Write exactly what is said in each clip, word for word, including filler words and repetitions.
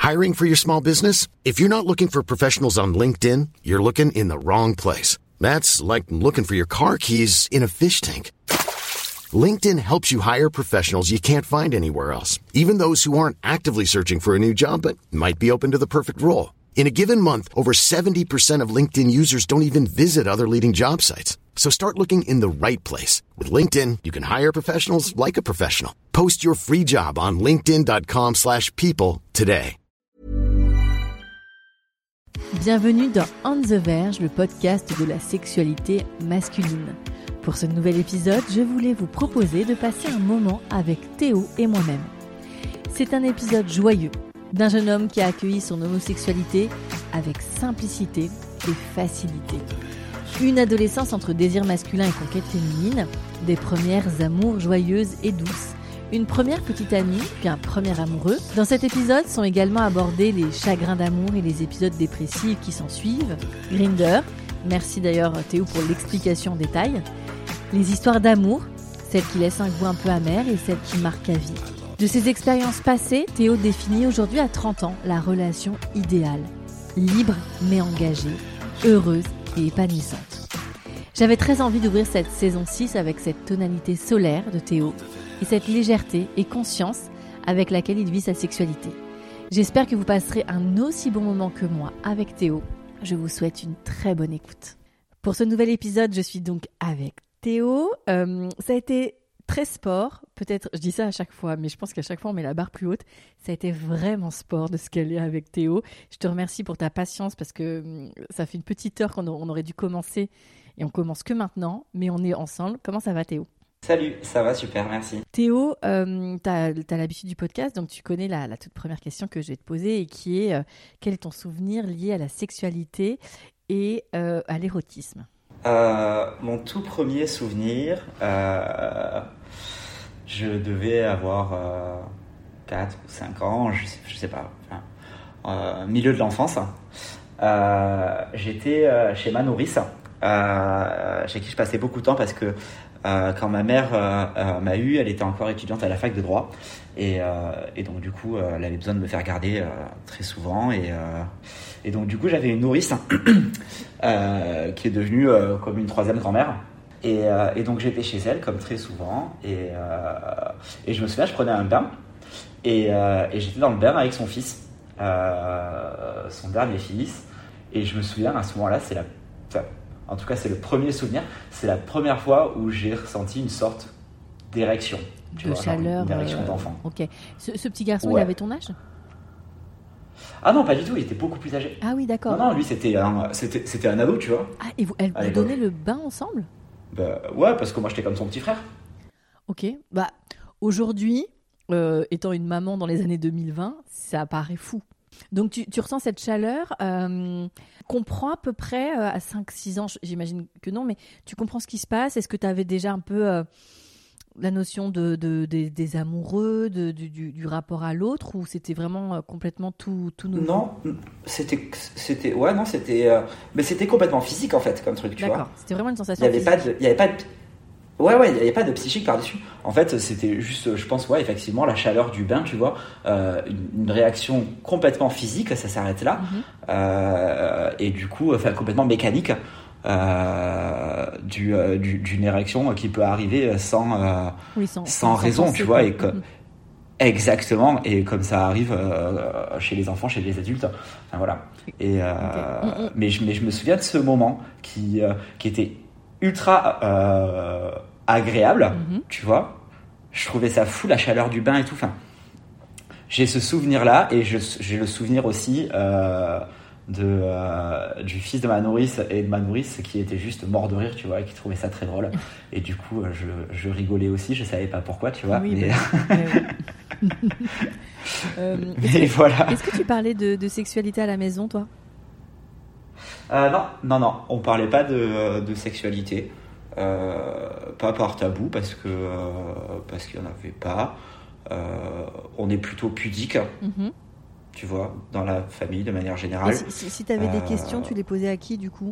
Hiring for your small business? If you're not looking for professionals on LinkedIn, you're looking in the wrong place. That's like looking for your car keys in a fish tank. LinkedIn helps you hire professionals you can't find anywhere else, even those who aren't actively searching for a new job but might be open to the perfect role. In a given month, over seventy percent of LinkedIn users don't even visit other leading job sites. So start looking in the right place. With LinkedIn, you can hire professionals like a professional. Post your free job on linkedin.com slash people today. Bienvenue dans On the Verge, le podcast de la sexualité masculine. Pour ce nouvel épisode, je voulais vous proposer de passer un moment avec Théo et moi-même. C'est un épisode joyeux d'un jeune homme qui a accueilli son homosexualité avec simplicité et facilité. Une adolescence entre désir masculin et conquête féminine, des premières amours joyeuses et douces, une première petite amie, puis un premier amoureux. Dans cet épisode sont également abordés les chagrins d'amour et les épisodes dépressifs qui s'en suivent, Grindr, merci d'ailleurs Théo pour l'explication en détail, les histoires d'amour, celles qui laissent un goût un peu amer et celles qui marquent à vie. De ses expériences passées, Théo définit aujourd'hui à trente ans la relation idéale, libre mais engagée, heureuse et épanouissante. J'avais très envie d'ouvrir cette saison six avec cette tonalité solaire de Théo et cette légèreté et conscience avec laquelle il vit sa sexualité. J'espère que vous passerez un aussi bon moment que moi avec Théo. Je vous souhaite une très bonne écoute. Pour ce nouvel épisode, je suis donc avec Théo. Euh, ça a été très sport, peut-être, je dis ça à chaque fois, mais je pense qu'à chaque fois on met la barre plus haute. Ça a été vraiment sport de se caler avec Théo. Je te remercie pour ta patience parce que ça fait une petite heure qu'on aurait dû commencer et on commence que maintenant, mais on est ensemble. Comment ça va Théo ? Salut, ça va super, merci. Théo, euh, tu as l'habitude du podcast, donc tu connais la, la toute première question que je vais te poser et qui est euh, quel est ton souvenir lié à la sexualité et euh, à l'érotisme ? Euh, mon tout premier souvenir, euh, je devais avoir euh, quatre ou cinq ans, je sais, je sais pas, enfin, euh, milieu de l'enfance. Euh, j'étais euh, chez ma nourrice, euh, chez qui je passais beaucoup de temps parce que euh, quand ma mère euh, euh, m'a eu, elle était encore étudiante à la fac de droit et, euh, et donc du coup euh, elle avait besoin de me faire garder euh, très souvent et, euh, et donc du coup j'avais une nourrice euh, qui est devenue euh, comme une troisième grand-mère et, euh, et donc j'étais chez elle comme très souvent et, euh, et je me souviens je prenais un bain et, euh, et j'étais dans le bain avec son fils, euh, son dernier fils, et je me souviens à ce moment-là c'est la enfin, en tout cas c'est le premier souvenir, c'est la première fois où j'ai ressenti une sorte d'érection. De vois, chaleur. Une érection euh, d'enfant. Ok. Ce, ce petit garçon, ouais. il avait ton âge ? Ah non, pas du tout, il était beaucoup plus âgé. Ah oui, d'accord. Non, non, lui c'était un, c'était, c'était un ado, tu vois. Ah, et vous, elle vous donnait le bain ensemble ? Bah ouais, parce que moi j'étais comme son petit frère. Ok. Bah, aujourd'hui, euh, étant une maman dans les années deux mille vingt, ça paraît fou. Donc tu, tu ressens cette chaleur, euh, comprends à peu près euh, à cinq six ans, j'imagine que non, mais tu comprends ce qui se passe. Est-ce que tu avais déjà un peu euh, la notion de, de, de, des amoureux, de, du, du, du rapport à l'autre, ou c'était vraiment euh, complètement tout, tout nouveau ? Non, c'était, c'était, ouais, non, c'était, euh, mais c'était complètement physique en fait, comme truc, tu D'accord, vois. c'était vraiment une sensation il y avait physique. Pas de, il y avait pas de... Ouais, ouais, il n'y avait pas de psychique par-dessus. En fait, c'était juste, je pense, ouais, effectivement, la chaleur du bain, tu vois, euh, une, une réaction complètement physique, ça s'arrête là, mm-hmm. euh, et du coup, enfin, complètement mécanique, euh, du, euh, du, d'une érection qui peut arriver sans, euh, oui, sans, sans, sans raison, penser, tu vois, et que, mm-hmm. exactement, et comme ça arrive euh, chez les enfants, chez les adultes, enfin voilà. Et euh, okay. mm-hmm. mais, je, mais je me souviens de ce moment qui, euh, qui était ultra euh, agréable, mm-hmm. tu vois. Je trouvais ça fou, la chaleur du bain et tout. Enfin, j'ai ce souvenir-là et je, j'ai le souvenir aussi euh, de, euh, du fils de ma nourrice et de ma nourrice qui était juste mort de rire, tu vois, et qui trouvait ça très drôle. Et du coup, je, je rigolais aussi, je savais pas pourquoi, tu vois. Oui, mais... bah, oui. euh, mais est-ce que, voilà. Est-ce que tu parlais de, de sexualité à la maison, toi ? Euh, non, non, non, on parlait pas de, de sexualité, euh, pas par tabou parce que euh, parce qu'il y en avait pas. Euh, on est plutôt pudique, mm-hmm. tu vois, dans la famille de manière générale. Et si si tu avais euh, des questions, tu les posais à qui du coup ?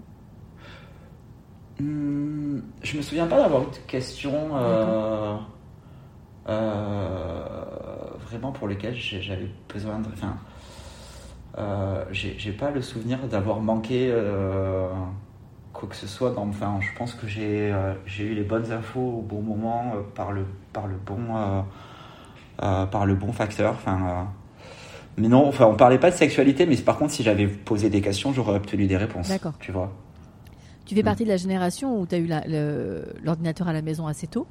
hum, Je me souviens pas d'avoir eu de questions euh, euh, vraiment pour lesquelles j'avais besoin de. Enfin, euh, j'ai, j'ai pas le souvenir d'avoir manqué euh, quoi que ce soit. Dans, enfin, je pense que j'ai, euh, j'ai eu les bonnes infos au bon moment euh, par le par le bon euh, euh, par le bon facteur. Enfin, euh, mais non, enfin, on parlait pas de sexualité, mais par contre, si j'avais posé des questions, j'aurais obtenu des réponses. D'accord. Tu vois. Tu fais partie de la génération où tu as eu la, le, l'ordinateur à la maison assez tôt?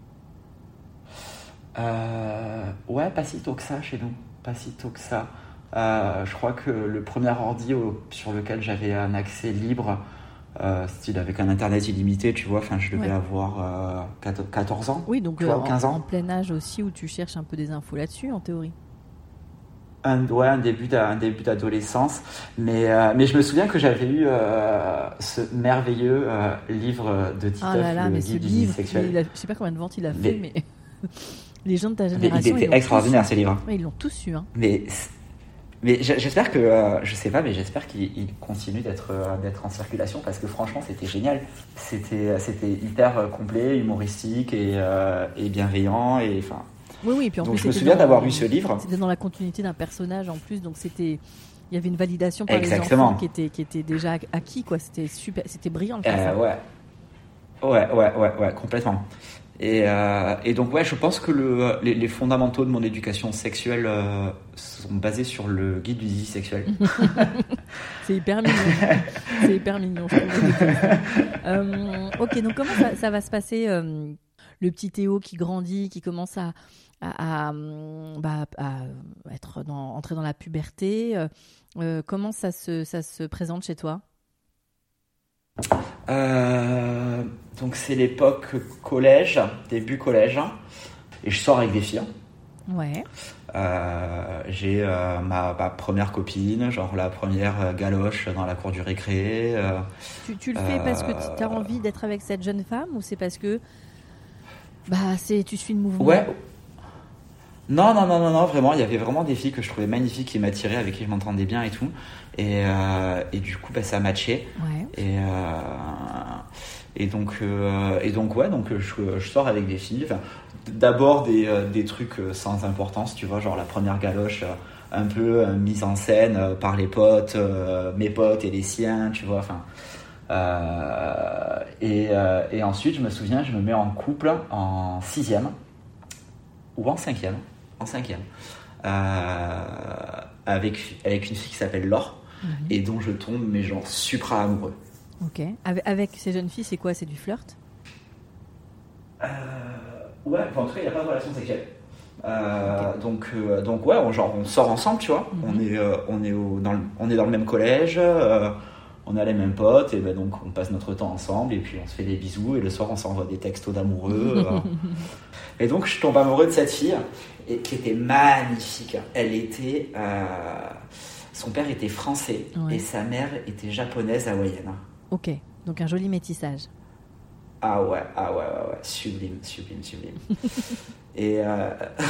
euh, Ouais, pas si tôt que ça chez nous. Pas si tôt que ça. Euh, je crois que le premier ordi au, sur lequel j'avais un accès libre, euh, style avec un internet illimité, tu vois, enfin, je devais Ouais. avoir euh, quatorze ans. Oui, donc tu vois, euh, en, quinze ans. en plein âge aussi où tu cherches un peu des infos là-dessus, en théorie. Un, ouais, un début, d'a- un début d'adolescence. Mais, euh, mais je me souviens que j'avais eu euh, ce merveilleux euh, livre de Titeuf, Ah là là, le mais ce guide du livre, sexuel. il a- je sais pas combien de ventes il a fait, Mais- mais les gens de ta Mais génération, il ils était l'ont extraordinaire tous ce livre. su. Ouais, ils l'ont tous su. Hein. Mais, mais j'- j'espère que, euh, je sais pas, mais j'espère qu'il il continue d'être, euh, d'être en circulation parce que franchement, c'était génial. C'était, c'était hyper euh, complet, humoristique et, euh, et bienveillant. Et, enfin, Oui, oui, puis en donc plus, je me c'était souviens dans- d'avoir lu ce livre. C'était dans la continuité d'un personnage en plus, donc c'était. Il y avait une validation par Exactement. les enfants qui était, qui était déjà acquis, quoi. C'était super, c'était brillant de faire Euh, ça. ouais. Ouais, ouais, ouais, ouais, complètement. Et, euh, et donc, ouais, je pense que le, les, les fondamentaux de mon éducation sexuelle euh, sont basés sur le guide du zizi sexuel. C'est hyper mignon. C'est hyper mignon, je trouve. Euh, ok, donc comment ça, ça va se passer euh, le petit Théo qui grandit, qui commence à, à, à, bah, à être dans, entrer dans la puberté. euh, euh, comment ça se, ça se présente chez toi? Euh, donc, c'est l'époque collège, début collège. Et je sors avec des filles. Ouais. Euh, j'ai euh, ma, ma première copine, genre la première euh, galoche dans la cour du récré. euh, Tu, tu le fais parce que tu as envie d'être avec cette jeune femme ou c'est parce que bah, c'est, tu suis le mouvement? Ouais. Non, non, non, non, non, vraiment, il y avait vraiment des filles que je trouvais magnifiques qui m'attiraient, avec qui je m'entendais bien et tout. Et, euh, et du coup, bah, ça matchait. Ouais. Et, euh, et, donc, euh, et donc, ouais, donc je, je sors avec des filles. Enfin, d'abord des, euh, des trucs sans importance, tu vois, genre la première galoche, euh, un peu euh, mise en scène euh, par les potes, euh, mes potes et les siens, tu vois, enfin. Euh, et, euh, et ensuite, je me souviens, je me mets en couple en sixième ou en cinquième, en cinquième, euh, avec, avec une fille qui s'appelle Laure, Mhm. et dont je tombe, mais genre, super amoureux. Ok. Avec, avec ces jeunes filles, c'est quoi? C'est du flirt? Euh, ouais, enfin, en tout cas, il n'y a pas de relation sexuelle. Euh, Ok. donc, euh, donc, ouais, on, genre, on sort ensemble, tu vois. Mhm. On, est, euh, on, est au, dans le, on est dans le même collège, euh, on a les mêmes potes, et ben donc on passe notre temps ensemble, et puis on se fait des bisous, et le soir, on s'envoie des textos d'amoureux. euh. Et donc, je tombe amoureux de cette fille, et, qui était magnifique. Elle était. Euh, son père était français, Ouais. et sa mère était japonaise hawaïenne. Ok. Donc un joli métissage. Ah ouais, ah ouais, ouais, ouais, sublime, sublime, sublime. et, euh,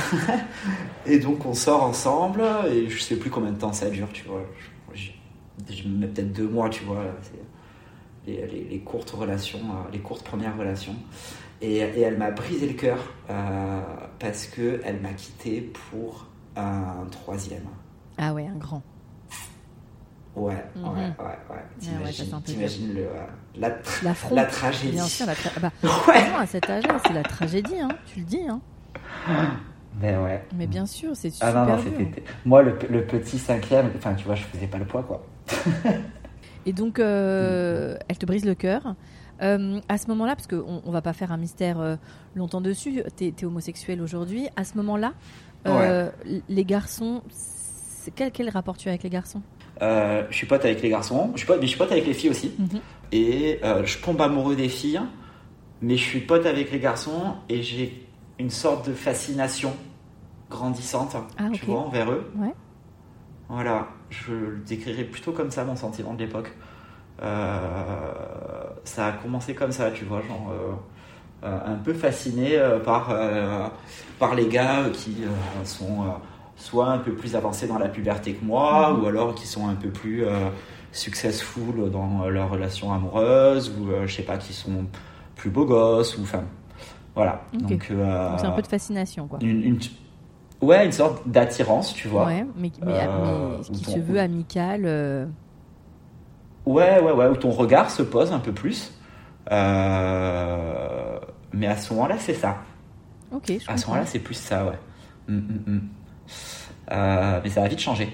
et donc on sort ensemble, et je sais plus combien de temps ça dure, tu vois. Je, je, je mets peut-être deux mois, tu vois. C'est les, les, les courtes relations, euh, les courtes premières relations. Et, et elle m'a brisé le cœur euh, parce qu'elle m'a quitté pour un troisième. Ah ouais, un grand. Ouais, Mhm. ouais, ouais, ouais. ouais, T'imagines, ça fait un peu t'imagines le, euh, la, tra- L'affront. la tragédie. Bien sûr, la tra- bah, Ouais. non, à cet âge-là, c'est la tragédie, hein. Tu le dis, hein. Ben ouais. Mais bien sûr, c'est Ah super non, non, dur. c'était... Moi, le, le petit cinquième, enfin, tu vois, je faisais pas le poids, quoi. Et donc, euh, elle te brise le cœur. Euh, à ce moment-là, parce qu'on on va pas faire un mystère euh, longtemps dessus, t'es, t'es homosexuel aujourd'hui. À ce moment-là, euh, les garçons, c'est- quel, quel rapport tu as avec les garçons? Euh, je suis pote avec les garçons, je suis pote, mais je suis pote avec les filles aussi. Mhm. Et euh, je tombe amoureux des filles, mais je suis pote avec les garçons, et j'ai une sorte de fascination grandissante, Ah, tu ok. vois, envers eux. Ouais. Voilà, je le décrirais plutôt comme ça, mon sentiment de l'époque. Euh, ça a commencé comme ça, tu vois, genre euh, euh, un peu fasciné euh, par, euh, par les gars qui euh, sont euh, soit un peu plus avancés dans la puberté que moi, Mhm. ou alors qui sont un peu plus euh, successful dans leur relation amoureuse, ou euh, je sais pas, qui sont plus beaux gosses, ou enfin, voilà. Ok. Donc, euh, Donc c'est un peu de fascination, quoi. une, une- Ouais, une sorte d'attirance, tu vois. Ouais, mais, mais, euh, mais qui ton... se veut amical. Euh... Ouais, ouais, ouais, où ton regard se pose un peu plus. Euh... Mais à ce moment-là, c'est ça. Ok, je À comprends. ce moment-là, c'est plus ça, ouais. Mm, mm, mm. Euh, mais ça va vite changer.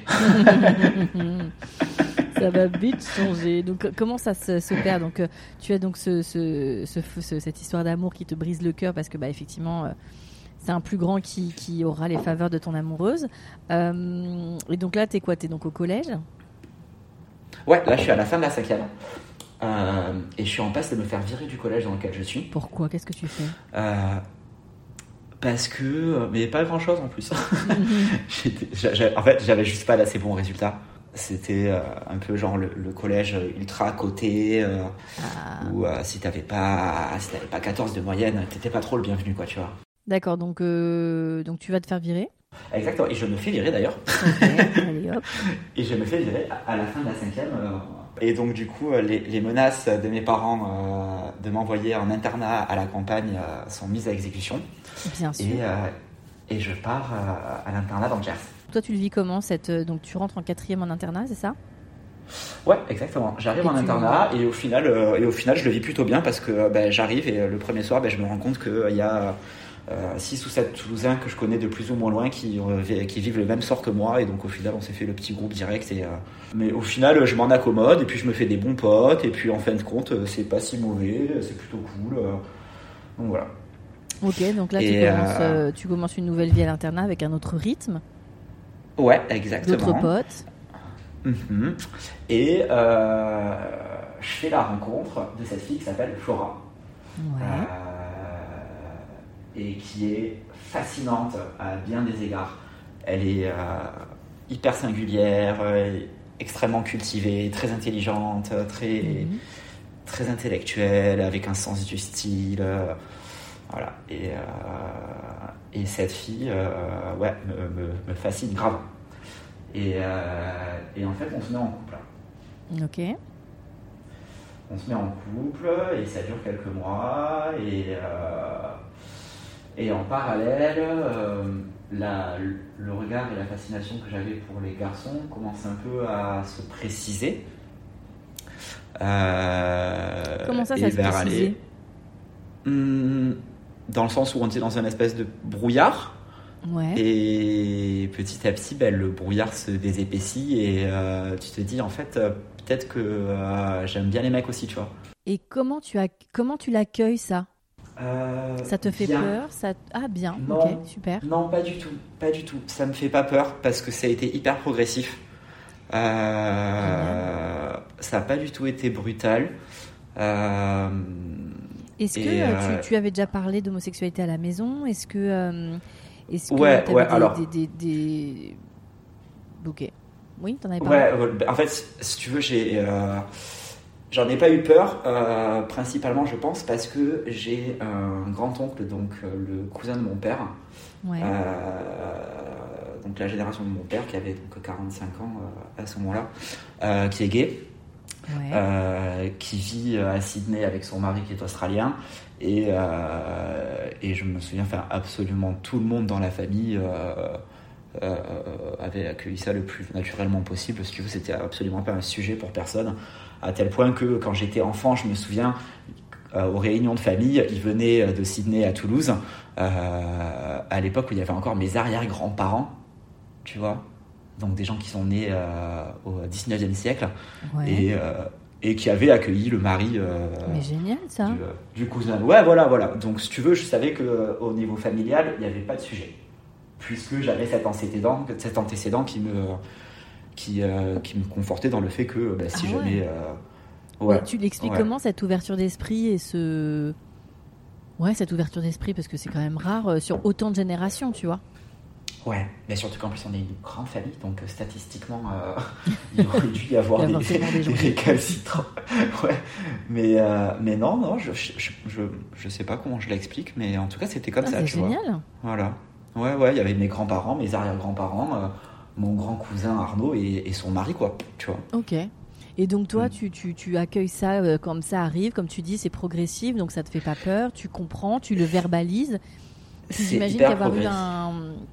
Ça va vite changer. Donc, comment ça se- s'opère? Donc, euh, tu as donc ce, ce, ce, ce- cette histoire d'amour qui te brise le cœur parce que, bah, effectivement, euh, c'est un plus grand qui, qui aura les faveurs de ton amoureuse. Euh, et donc là, t'es quoi? T'es donc au collège? Ouais, là, je suis à la fin de la cinquième. Euh, et je suis en passe de me faire virer du collège dans lequel je suis. Pourquoi? Qu'est-ce que tu fais? Euh, parce que... Mais pas grand-chose en plus. J'étais- j'a- en fait, j'avais juste pas d'assez bons résultats. C'était euh, un peu genre le, le collège ultra coté, euh, Ah. où euh, si t'avais pas, si t'avais pas quatorze de moyenne, t'étais pas trop le bienvenu, quoi, tu vois. D'accord, donc, euh, donc tu vas te faire virer. Exactement, et je me fais virer d'ailleurs. Ok, allez hop. Et je me fais virer à, à la fin de la cinquième. euh, Et donc du coup, euh, les, les menaces de mes parents euh, de m'envoyer en internat à la campagne euh, sont mises à exécution. Bien sûr. Et, euh, et je pars euh, à l'internat dans le Gers. Toi, tu le vis comment cette... euh, Donc, tu rentres en quatrième en internat, c'est ça? Ouais, exactement. J'arrive Et en tu- internat et au final, euh, et au final, je le vis plutôt bien parce que euh, ben, j'arrive et euh, le premier soir, ben, je me rends compte qu'il y a six ou sept Toulousains que je connais de plus ou moins loin qui, euh, qui vivent le même sort que moi et donc au final, on s'est fait le petit groupe direct. Et, euh, mais au final, je m'en accommode et puis je me fais des bons potes et puis en fin de compte, euh, c'est pas si mauvais, c'est plutôt cool. euh, donc voilà. Ok, donc là, tu Et, commences, euh, euh, tu commences une nouvelle vie à l'internat avec un autre rythme, Ouais, exactement. d'autres potes. Mhm. Et euh, je fais la rencontre de cette fille qui s'appelle Flora. Ouais. Euh, et qui est fascinante à bien des égards. Elle est euh, hyper singulière, euh, extrêmement cultivée, très intelligente, très, Mhm. très intellectuelle, avec un sens du style. euh, voilà. Et, euh, et cette fille, euh, ouais, me, me, me fascine grave. Et, euh, et en fait, on se met en couple. Ok. On se met en couple et ça dure quelques mois et, euh, et en parallèle, euh, la, le regard et la fascination que j'avais pour les garçons commencent un peu à se préciser. Euh, Comment ça, et ça se vers précisait? aller- Hum, Dans le sens où on était dans une espèce de brouillard. Ouais. Et petit à petit, ben, le brouillard se désépaissit et euh, tu te dis en fait euh, peut-être que euh, j'aime bien les mecs aussi, tu vois. Et comment tu, as... comment tu l'accueilles, ça? Euh, Ça te fait bien. peur ça... Ah, bien. Non. Ok, super. Non, pas du tout, pas du tout. Ça me fait pas peur parce que ça a été hyper progressif. Euh, ça n'a pas du tout été brutal. Euh, Est-ce et, que euh, euh, tu, tu avais déjà parlé d'homosexualité à la maison? Est-ce que... euh, Est-ce que Ouais, t'avais ouais, des, alors- des, des, des- Ok. Oui, t'en avais parlé? Ouais, ouais, en fait, si tu veux, j'ai, euh, j'en ai pas eu peur, euh, principalement, je pense, parce que j'ai un grand-oncle, donc euh, le cousin de mon père, Ouais. euh, donc la génération de mon père, qui avait donc quarante-cinq ans euh, à ce moment-là, euh, qui est gay, Ouais. euh, qui vit à Sydney avec son mari qui est australien. Et, euh, et je me souviens, enfin, absolument tout le monde dans la famille euh, euh, avait accueilli ça le plus naturellement possible. Si tu veux, c'était absolument pas un sujet pour personne. À tel point que quand j'étais enfant, je me souviens, euh, aux réunions de famille, ils venaient de Sydney à Toulouse, euh, à l'époque où il y avait encore mes arrière-grands-parents, tu vois. Donc des gens qui sont nés euh, au dix-neuvième siècle. Ouais. Et, euh, et qui avaient accueilli le mari euh, Mais génial, ça. du, euh, du cousin. Ouais, voilà, voilà. Donc, si tu veux, je savais qu'au niveau familial, il n'y avait pas de sujet. Puisque j'avais cet antécédent, cet antécédent qui me, qui, euh, qui me confortait dans le fait que bah, si Ah ouais. jamais... euh, ouais, Mais tu l'expliques ouais. comment, cette ouverture d'esprit et ce... Ouais, cette ouverture d'esprit, parce que c'est quand même rare euh, sur autant de générations, tu vois. Ouais, mais surtout qu'en plus, on est une grande famille, donc euh, statistiquement, euh, il aurait dû y avoir Il y a des, forcément des gens des qui- récalcitrants. Ouais, mais, euh, mais non, non, je, je, je, je sais pas comment je l'explique, mais en tout cas, c'était comme Ah, ça, c'est tu vois. génial. Voilà. Ouais, ouais, il y avait mes grands-parents, mes arrière-grands-parents, euh, mon grand cousin Arnaud et, et son mari, quoi, tu vois. Ok. Et donc toi, Mm. tu, tu, tu accueilles ça euh, comme ça arrive, comme tu dis, c'est progressif, donc ça te fait pas peur, tu comprends, tu le verbalises. Puis C'est j'imagine hyper qu'avoir eu progressif. un,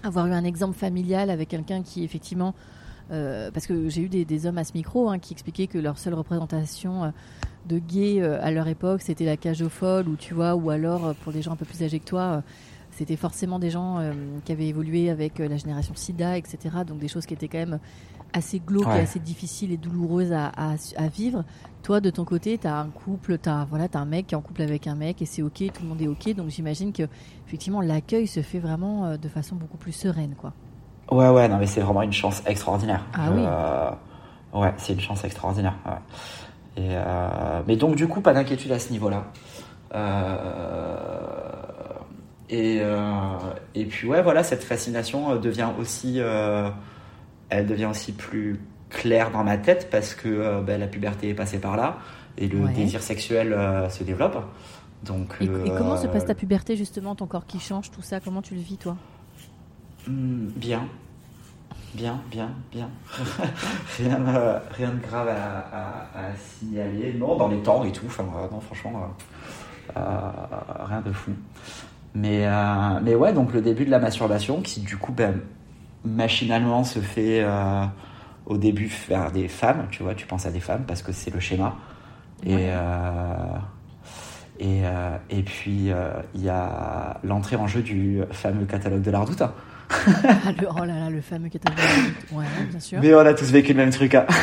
avoir eu un exemple familial avec quelqu'un qui effectivement, euh, parce que j'ai eu des, des hommes à ce micro hein, qui expliquaient que leur seule représentation euh, de gay euh, à leur époque, c'était la cage aux folles, ou tu vois, ou alors euh, pour des gens un peu plus âgés que toi, euh, c'était forcément des gens euh, qui avaient évolué avec euh, la génération SIDA, et cetera. Donc des choses qui étaient quand même assez glauques ouais. et assez difficiles et douloureuses à, à, à vivre. Toi, de ton côté, tu as un couple, tu as voilà, t'as un mec qui est en couple avec un mec et c'est OK, tout le monde est OK. Donc j'imagine que effectivement l'accueil se fait vraiment euh, de façon beaucoup plus sereine, quoi. Ouais, ouais, non, mais c'est vraiment une chance extraordinaire. Ah oui. Euh, ouais, c'est une chance extraordinaire. Ouais. Et euh, mais donc du coup, pas d'inquiétude à ce niveau-là. Euh, et euh, et puis ouais, voilà, cette fascination devient aussi, euh, elle devient aussi plus claire dans ma tête parce que euh, ben, la puberté est passée par là et le ouais. désir sexuel euh, se développe. Donc. Et, euh, et comment se passe ta puberté justement, ton corps qui change, tout ça, comment tu le vis toi? Bien, bien, bien, bien. rien, euh, rien de grave à, à, à signaler. Non, dans les temps et tout. Enfin, euh, non, franchement, euh, euh, rien de fou. Mais, euh, mais ouais, donc le début de la masturbation qui, du coup, ben, machinalement se fait euh, au début vers des femmes. Tu vois, tu penses à des femmes parce que c'est le schéma. Ouais. Et, euh, et, euh, et puis, il euh, y a l'entrée en jeu du fameux catalogue de l'Ardoute. Ah, le, oh là là, le fameux catalogue. Ouais, bien sûr. Mais on a tous vécu le même truc. Hein.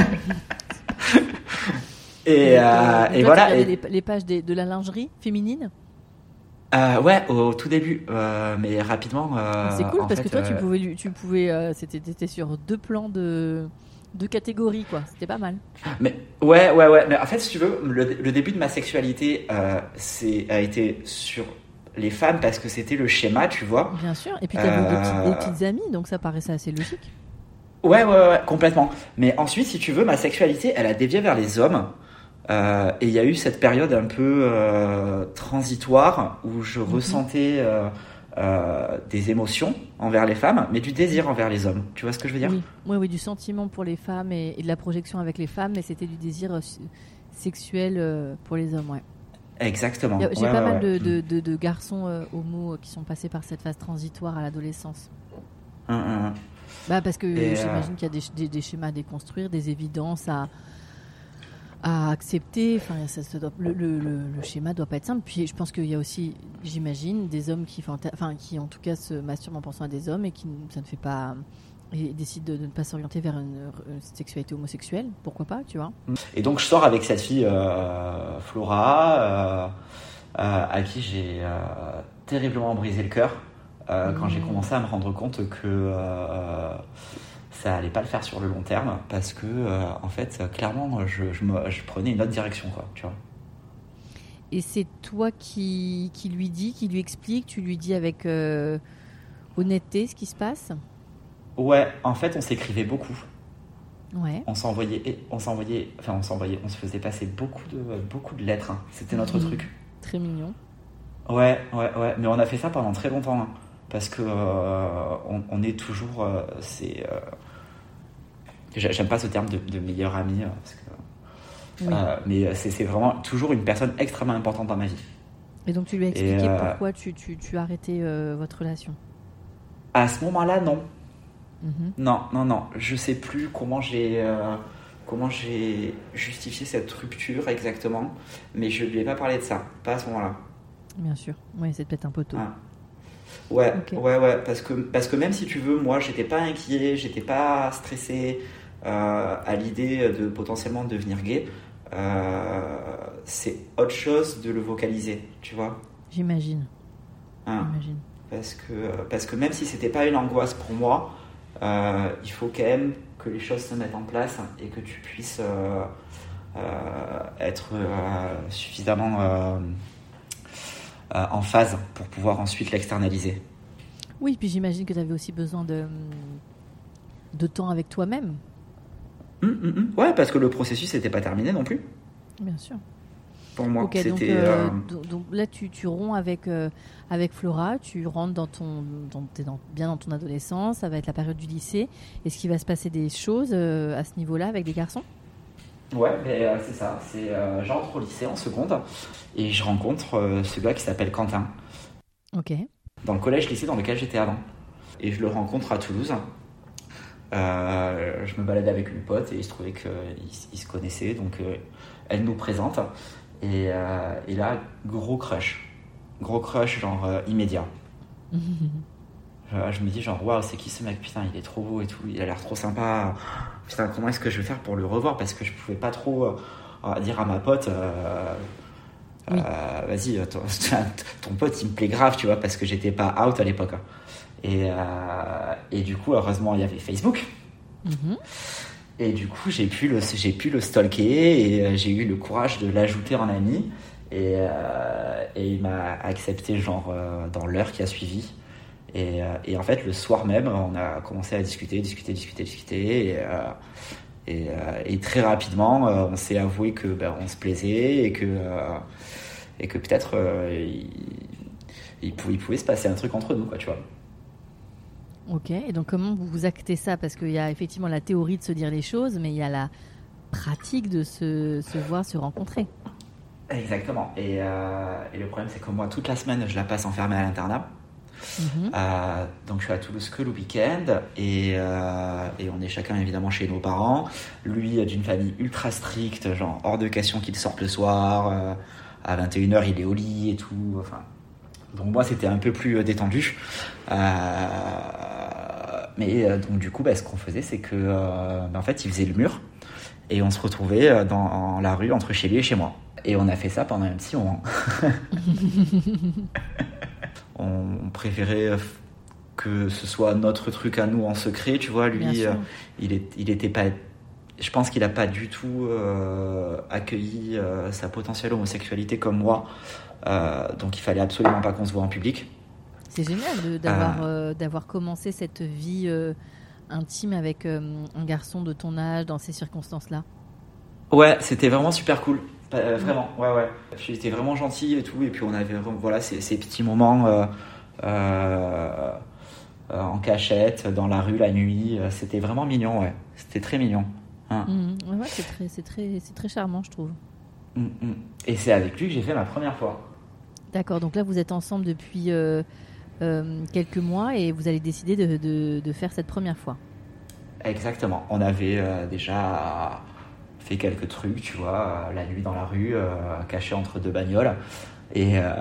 et, et, euh, et toi, voilà. Et... Les, les pages des, de la lingerie féminine. Euh, ouais, au, au tout début, euh, mais rapidement. Euh, c'est cool parce fait, que toi, euh... tu pouvais, tu pouvais, euh, c'était, t'étais sur deux plans de, deux catégories, quoi. C'était pas mal. Mais ouais, ouais, ouais. Mais en fait, si tu veux, le, le début de ma sexualité, euh, c'est a été sur les femmes parce que c'était le schéma, tu vois. Bien sûr. Et puis tu avais euh... des, petites, des petites amies, donc ça paraissait assez logique. Ouais, ouais, ouais, complètement. Mais ensuite, si tu veux, ma sexualité, elle a dévié vers les hommes. Euh, et il y a eu cette période un peu euh, transitoire où je mm-hmm. ressentais euh, euh, des émotions envers les femmes, mais du désir envers les hommes. Tu vois ce que je veux dire ? Oui, oui, oui, du sentiment pour les femmes et, et de la projection avec les femmes, mais c'était du désir euh, sexuel euh, pour les hommes, ouais. Exactement. J'ai ouais, pas ouais, mal ouais. de, de, de, de garçons euh, homo qui sont passés par cette phase transitoire à l'adolescence. Hum, hum. Bah parce que et j'imagine euh... qu'il y a des, des, des schémas à déconstruire, des évidences à, à accepter. Enfin, ça, ça doit, le, le, le, le schéma doit pas être simple. Puis je pense qu'il y a aussi, j'imagine, des hommes qui, enfin, qui en tout cas se masturbent en pensant à des hommes et qui ça ne fait pas. Et décide de, de ne pas s'orienter vers une, une sexualité homosexuelle, pourquoi pas, tu vois. Et donc je sors avec cette fille euh, Flora, euh, euh, à qui j'ai euh, terriblement brisé le cœur euh, mmh. quand j'ai commencé à me rendre compte que euh, ça allait pas le faire sur le long terme, parce que euh, en fait, clairement, je, je, me, je prenais une autre direction, quoi, tu vois. Et c'est toi qui, qui lui dis, qui lui explique, tu lui dis avec euh, honnêteté ce qui se passe ? Ouais, en fait, on s'écrivait beaucoup. Ouais. On s'envoyait, on s'envoyait, enfin, on s'envoyait, on se faisait passer beaucoup de, beaucoup de lettres. Hein. C'était notre mmh. truc. Très mignon. Ouais, ouais, ouais. Mais on a fait ça pendant très longtemps, hein, parce que euh, on, on est toujours, euh, c'est, euh, j'aime pas ce terme de, de meilleur ami, parce que, oui. euh, mais c'est, c'est vraiment toujours une personne extrêmement importante dans ma vie. Et donc tu lui as expliqué euh, pourquoi tu, tu, tu as arrêté euh, votre relation ? À ce moment-là, non. Mmh. Non, non, non. Je sais plus comment j'ai, euh, comment j'ai justifié cette rupture exactement, mais je lui ai pas parlé de ça, pas à ce moment-là. Bien sûr. Ouais, c'est peut-être un peu tôt. Ah. Ouais, okay. ouais, ouais, parce que parce que même si tu veux, moi, j'étais pas inquiet, j'étais pas stressé euh, à l'idée de potentiellement devenir gay. Euh, c'est autre chose de le vocaliser, tu vois. J'imagine. Hein. J'imagine. Parce que parce que même si c'était pas une angoisse pour moi. Euh, il faut quand même que les choses se mettent en place et que tu puisses euh, euh, être euh, suffisamment euh, euh, en phase pour pouvoir ensuite l'externaliser. Oui, puis j'imagine que tu avais aussi besoin de, de temps avec toi-même. Mmh, mmh, mmh. Ouais, parce que le processus n'était pas terminé non plus. Bien sûr. Pour moi, okay, c'était... Donc, euh, euh... donc là, tu, tu romps avec, euh, avec Flora, tu rentres dans ton, dans, t'es dans, bien dans ton adolescence, ça va être la période du lycée. Est-ce qu'il va se passer des choses euh, à ce niveau-là avec des garçons ? Ouais, mais, euh, c'est ça. C'est, euh, j'entre au lycée en seconde et je rencontre euh, ce gars qui s'appelle Quentin. Ok. Dans le collège-lycée dans lequel j'étais avant. Et je le rencontre à Toulouse. Euh, je me baladais avec une pote et il se trouvait qu'ils se connaissaient, donc euh, elle nous présente. Et, euh, et là, gros crush. Gros crush, genre euh, immédiat. je, je me dis genre, waouh, c'est qui ce mec? Putain, il est trop beau et tout, il a l'air trop sympa. Putain, comment est-ce que je vais faire pour le revoir? Parce que je pouvais pas trop euh, dire à ma pote... Euh, oui. euh, vas-y, ton, ton pote, il me plaît grave, tu vois, parce que j'étais pas out à l'époque. Et, euh, et du coup, heureusement, il y avait Facebook. Mm-hmm. Et du coup, j'ai pu le, j'ai pu le stalker et euh, j'ai eu le courage de l'ajouter en ami. Et, euh, et il m'a accepté genre euh, dans l'heure qui a suivi. Et, euh, et en fait, le soir même, on a commencé à discuter, discuter, discuter, discuter. Et, euh, et, euh, et très rapidement, euh, on s'est avoué que ben, on se plaisait et que, euh, et que peut-être euh, il, il, pouvait, il pouvait se passer un truc entre nous, quoi, tu vois. Ok, et donc comment vous vous actez ça? Parce qu'il y a effectivement la théorie de se dire les choses, mais il y a la pratique de se, se voir, se rencontrer. Exactement. Et, euh, et le problème, c'est que moi, toute la semaine, je la passe enfermée à l'internat. Mmh. Euh, donc, je suis à Toulouse que le week-end. Et, euh, et on est chacun, évidemment, chez nos parents. Lui, d'une famille ultra stricte, genre hors de question qu'il sorte le soir. Euh, à vingt et une heures, il est au lit et tout. Enfin... Donc moi, c'était un peu plus détendu. Euh, mais euh, donc du coup, bah, ce qu'on faisait, c'est que, euh, bah, en fait, il faisait le mur et on se retrouvait dans la rue entre chez lui et chez moi. Et on a fait ça pendant un petit moment. on, on préférait que ce soit notre truc à nous en secret, tu vois. Lui, euh, il, est, il était pas. Je pense qu'il a pas du tout euh, accueilli euh, sa potentielle homosexualité comme moi. Euh, donc il fallait absolument pas qu'on se voit en public. C'est génial de, d'avoir, euh... Euh, d'avoir commencé cette vie euh, intime avec euh, un garçon de ton âge dans ces circonstances-là. Ouais, c'était vraiment super cool. Euh, vraiment, ouais, ouais. J'étais vraiment gentil et tout, et puis on avait vraiment, voilà, ces, ces petits moments euh, euh, euh, en cachette, dans la rue, la nuit. Euh, c'était vraiment mignon, ouais. C'était très mignon. Hein. Mmh, ouais, c'est très, c'est très, c'est très charmant, je trouve. Mmh, mmh. Et c'est avec lui que j'ai fait ma première fois. D'accord, donc là vous êtes ensemble depuis euh, euh, quelques mois et vous allez décider de, de, de faire cette première fois. Exactement, on avait euh, déjà fait quelques trucs, tu vois, euh, la nuit dans la rue, euh, caché entre deux bagnoles. Et, euh,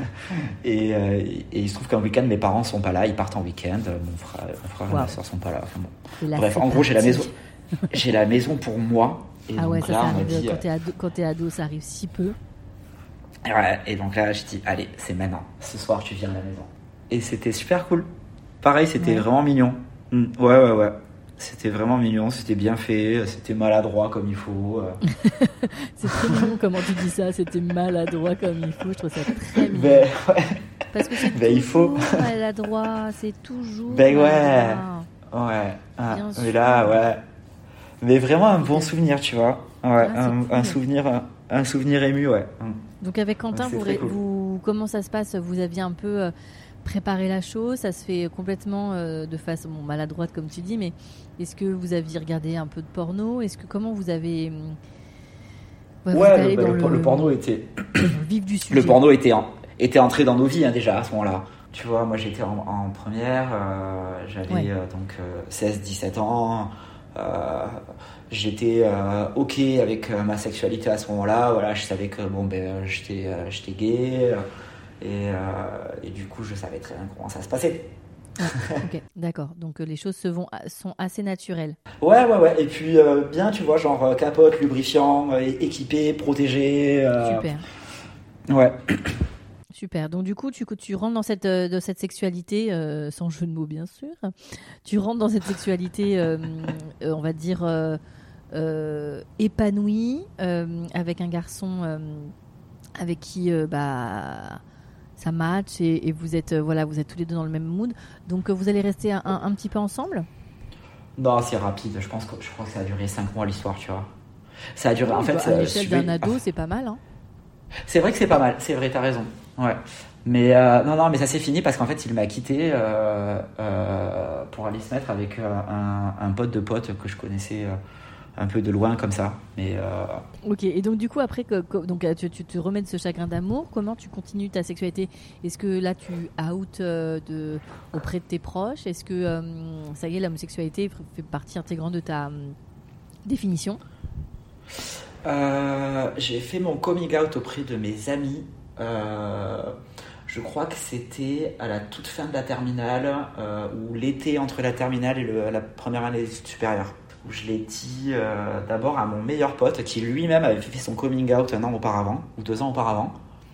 et, euh, et il se trouve qu'un week-end, mes parents sont pas là, ils partent en week-end, mon frère, mon frère wow. et ma soeur sont pas là. Enfin, bon. Bref, en parti. gros, j'ai la maison, j'ai la maison pour moi. Et ah donc ouais, là, ça, ça on arrive, dit, quand, t'es ado, quand t'es ado, ça arrive si peu. Ouais, et donc là, je dis, allez, c'est maintenant. Ce soir, tu viens à la maison. Et c'était super cool. Pareil, c'était ouais. vraiment mignon. Mmh. Ouais, ouais, ouais. C'était vraiment mignon, c'était bien fait, c'était maladroit comme il faut. C'est très mignon comment tu dis ça, c'était maladroit comme il faut. Je trouve ça très mignon. Ben, ouais. Parce que c'est ben, toujours il faut... maladroit, c'est toujours ben, maladroit. Ouais, ouais. Ah, mais là, ouais. Mais vraiment un bon souvenir, tu vois. Ouais, ah, un, cool. un souvenir, un, un souvenir ému, ouais. Donc avec Quentin, vous, cool. vous, comment ça se passe? Vous aviez un peu euh, préparé la chose, ça se fait complètement euh, de façon bon, maladroite comme tu dis, mais est-ce que vous aviez regardé un peu de porno? Est-ce que comment vous avez ouais, ouais le, le, le, le porno était le vif du sujet. Le porno était en, était entré dans nos vies hein, déjà à ce moment-là. Tu vois, moi j'étais en, en première, euh, j'avais ouais. euh, donc euh, seize dix-sept ans. Euh, j'étais euh, ok avec euh, ma sexualité à ce moment-là. Voilà, je savais que bon ben j'étais euh, j'étais gay euh, et, euh, et du coup je savais très bien comment ça se passait. Ah, ok, d'accord. Donc euh, les choses se vont, sont assez naturelles. Ouais, ouais, ouais. Et puis euh, bien, tu vois, genre capote, lubrifiant, euh, équipé, protégé. Euh... Super. Ouais. Super. Donc du coup, tu, tu rentres dans cette, euh, dans cette sexualité, euh, sans jeu de mots bien sûr. Tu rentres dans cette sexualité, euh, euh, on va dire, euh, euh, épanouie, euh, avec un garçon euh, avec qui euh, bah, ça match et, et vous, êtes, euh, voilà, vous êtes tous les deux dans le même mood. Donc euh, vous allez rester un, un, un petit peu ensemble ? Non, c'est rapide. Je pense que, je crois que ça a duré cinq mois l'histoire, tu vois. Ça a duré, oui, en fait... Bah, à l'échelle d'un ado, ah. c'est pas mal, hein. C'est vrai que c'est pas mal, c'est vrai, t'as raison. Ouais. Mais euh, non, non, mais ça s'est fini parce qu'en fait, il m'a quitté euh, euh, pour aller se mettre avec euh, un, un pote de pote que je connaissais euh, un peu de loin comme ça. Mais, euh... Ok, et donc du coup, après, que, que, donc, tu, tu te remets de ce chagrin d'amour, comment tu continues ta sexualité ? Est-ce que là, tu out euh, de, auprès de tes proches ? Est-ce que, euh, ça y est, l'homosexualité fait partie intégrante de ta euh, définition ? euh, J'ai fait mon coming out auprès de mes amis. Euh, je crois que c'était à la toute fin de la terminale, euh, ou l'été entre la terminale et le, la première année d'études supérieures. Où je l'ai dit euh, d'abord à mon meilleur pote qui lui-même avait fait son coming out un an auparavant, ou deux ans auparavant.